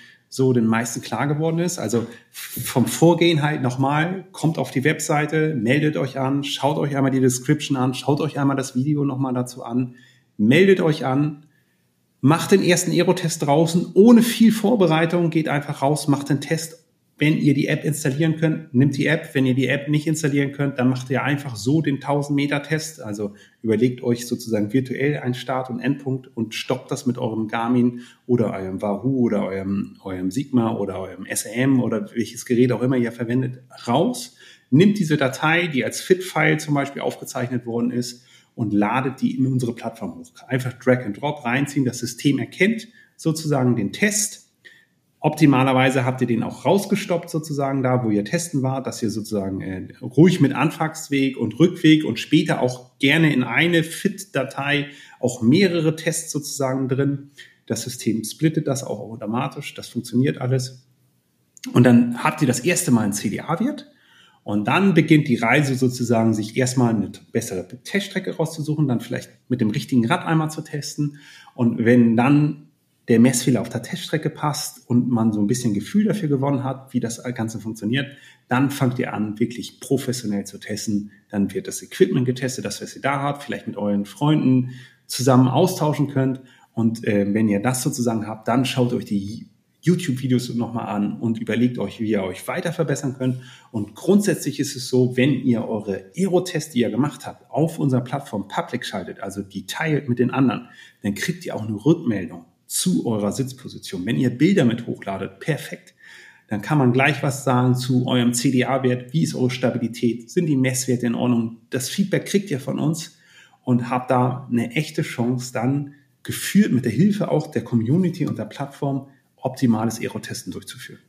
so den meisten klar geworden ist. Also vom Vorgehen halt nochmal, kommt auf die Webseite, meldet euch an, schaut euch einmal die Description an, schaut euch einmal das Video nochmal dazu an, meldet euch an, macht den ersten Aerotest draußen, ohne viel Vorbereitung, geht einfach raus, macht den Test. Wenn ihr die App installieren könnt, nimmt die App. Wenn ihr die App nicht installieren könnt, dann macht ihr einfach so den 1000-Meter-Test. Also überlegt euch sozusagen virtuell einen Start- und Endpunkt und stoppt das mit eurem Garmin oder eurem Wahoo oder eurem Sigma oder eurem SRM oder welches Gerät auch immer ihr verwendet, raus. Nimmt diese Datei, die als FIT-File zum Beispiel aufgezeichnet worden ist, und ladet die in unsere Plattform hoch. Einfach Drag and Drop reinziehen. Das System erkennt sozusagen den Test. Optimalerweise habt ihr den auch rausgestoppt sozusagen da, wo ihr testen wart, dass ihr sozusagen ruhig mit Anfahrtsweg und Rückweg und später auch gerne in eine FIT-Datei auch mehrere Tests sozusagen drin. Das System splittet das auch automatisch. Das funktioniert alles. Und dann habt ihr das erste Mal einen CDA-Wert. Und dann beginnt die Reise sozusagen, sich erstmal eine bessere Teststrecke rauszusuchen, dann vielleicht mit dem richtigen Rad einmal zu testen. Und wenn dann der Messfehler auf der Teststrecke passt und man so ein bisschen Gefühl dafür gewonnen hat, wie das Ganze funktioniert, dann fangt ihr an, wirklich professionell zu testen. Dann wird das Equipment getestet, das, was ihr da habt, vielleicht mit euren Freunden zusammen austauschen könnt. Und wenn ihr das sozusagen habt, dann schaut euch die YouTube-Videos nochmal an und überlegt euch, wie ihr euch weiter verbessern könnt. Und grundsätzlich ist es so, wenn ihr eure Aerotests, die ihr gemacht habt, auf unserer Plattform public schaltet, also die teilt mit den anderen, dann kriegt ihr auch eine Rückmeldung zu eurer Sitzposition. Wenn ihr Bilder mit hochladet, perfekt. Dann kann man gleich was sagen zu eurem CDA-Wert. Wie ist eure Stabilität? Sind die Messwerte in Ordnung? Das Feedback kriegt ihr von uns und habt da eine echte Chance, dann geführt mit der Hilfe auch der Community und der Plattform optimales Aerotesten durchzuführen.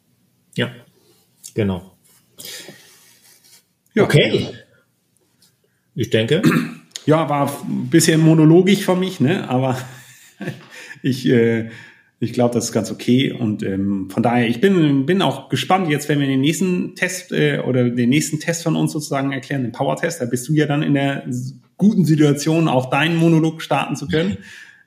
Ja, genau. Ja. Okay. Ich denke.
Ja, war ein bisschen monologisch von mich, ne? Aber ich glaube, das ist ganz okay. Und von daher, ich bin auch gespannt jetzt, wenn wir den nächsten Test oder den nächsten Test von uns sozusagen erklären, den Power-Test. Da bist du ja dann in der guten Situation, auch deinen Monolog starten zu können.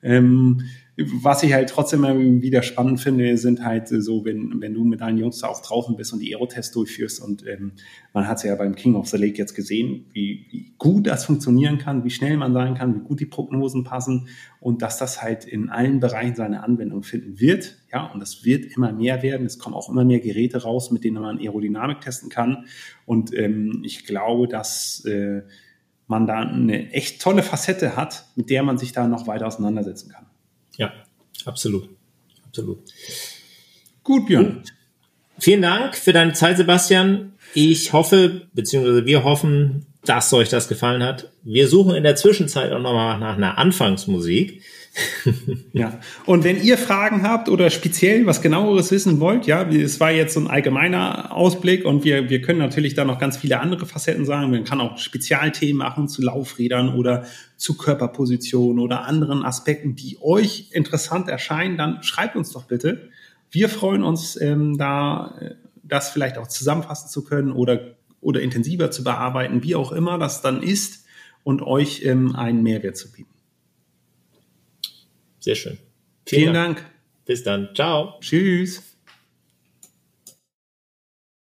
Was ich halt trotzdem immer wieder spannend finde, sind halt so, wenn du mit deinen Jungs da auch draußen bist und die Aerotests durchführst und man hat es ja beim King of the Lake jetzt gesehen, wie gut das funktionieren kann, wie schnell man sein kann, wie gut die Prognosen passen und dass das halt in allen Bereichen seine Anwendung finden wird. Ja, und das wird immer mehr werden. Es kommen auch immer mehr Geräte raus, mit denen man Aerodynamik testen kann. Und ich glaube, dass man da eine echt tolle Facette hat, mit der man sich da noch weiter auseinandersetzen kann.
Ja, absolut. Absolut.
Gut, Björn.
Vielen Dank für deine Zeit, Sebastian. Ich hoffe, beziehungsweise wir hoffen, dass euch das gefallen hat. Wir suchen in der Zwischenzeit auch nochmal nach einer Anfangsmusik.
Ja, und wenn ihr Fragen habt oder speziell was Genaueres wissen wollt, ja, es war jetzt so ein allgemeiner Ausblick und wir können natürlich da noch ganz viele andere Facetten sagen. Man kann auch Spezialthemen machen zu Laufrädern oder zu Körperposition oder anderen Aspekten, die euch interessant erscheinen, dann schreibt uns doch bitte. Wir freuen uns, da das vielleicht auch zusammenfassen zu können oder intensiver zu bearbeiten, wie auch immer das dann ist und euch einen Mehrwert zu bieten.
Sehr schön.
Vielen Dank.
Bis dann. Ciao.
Tschüss.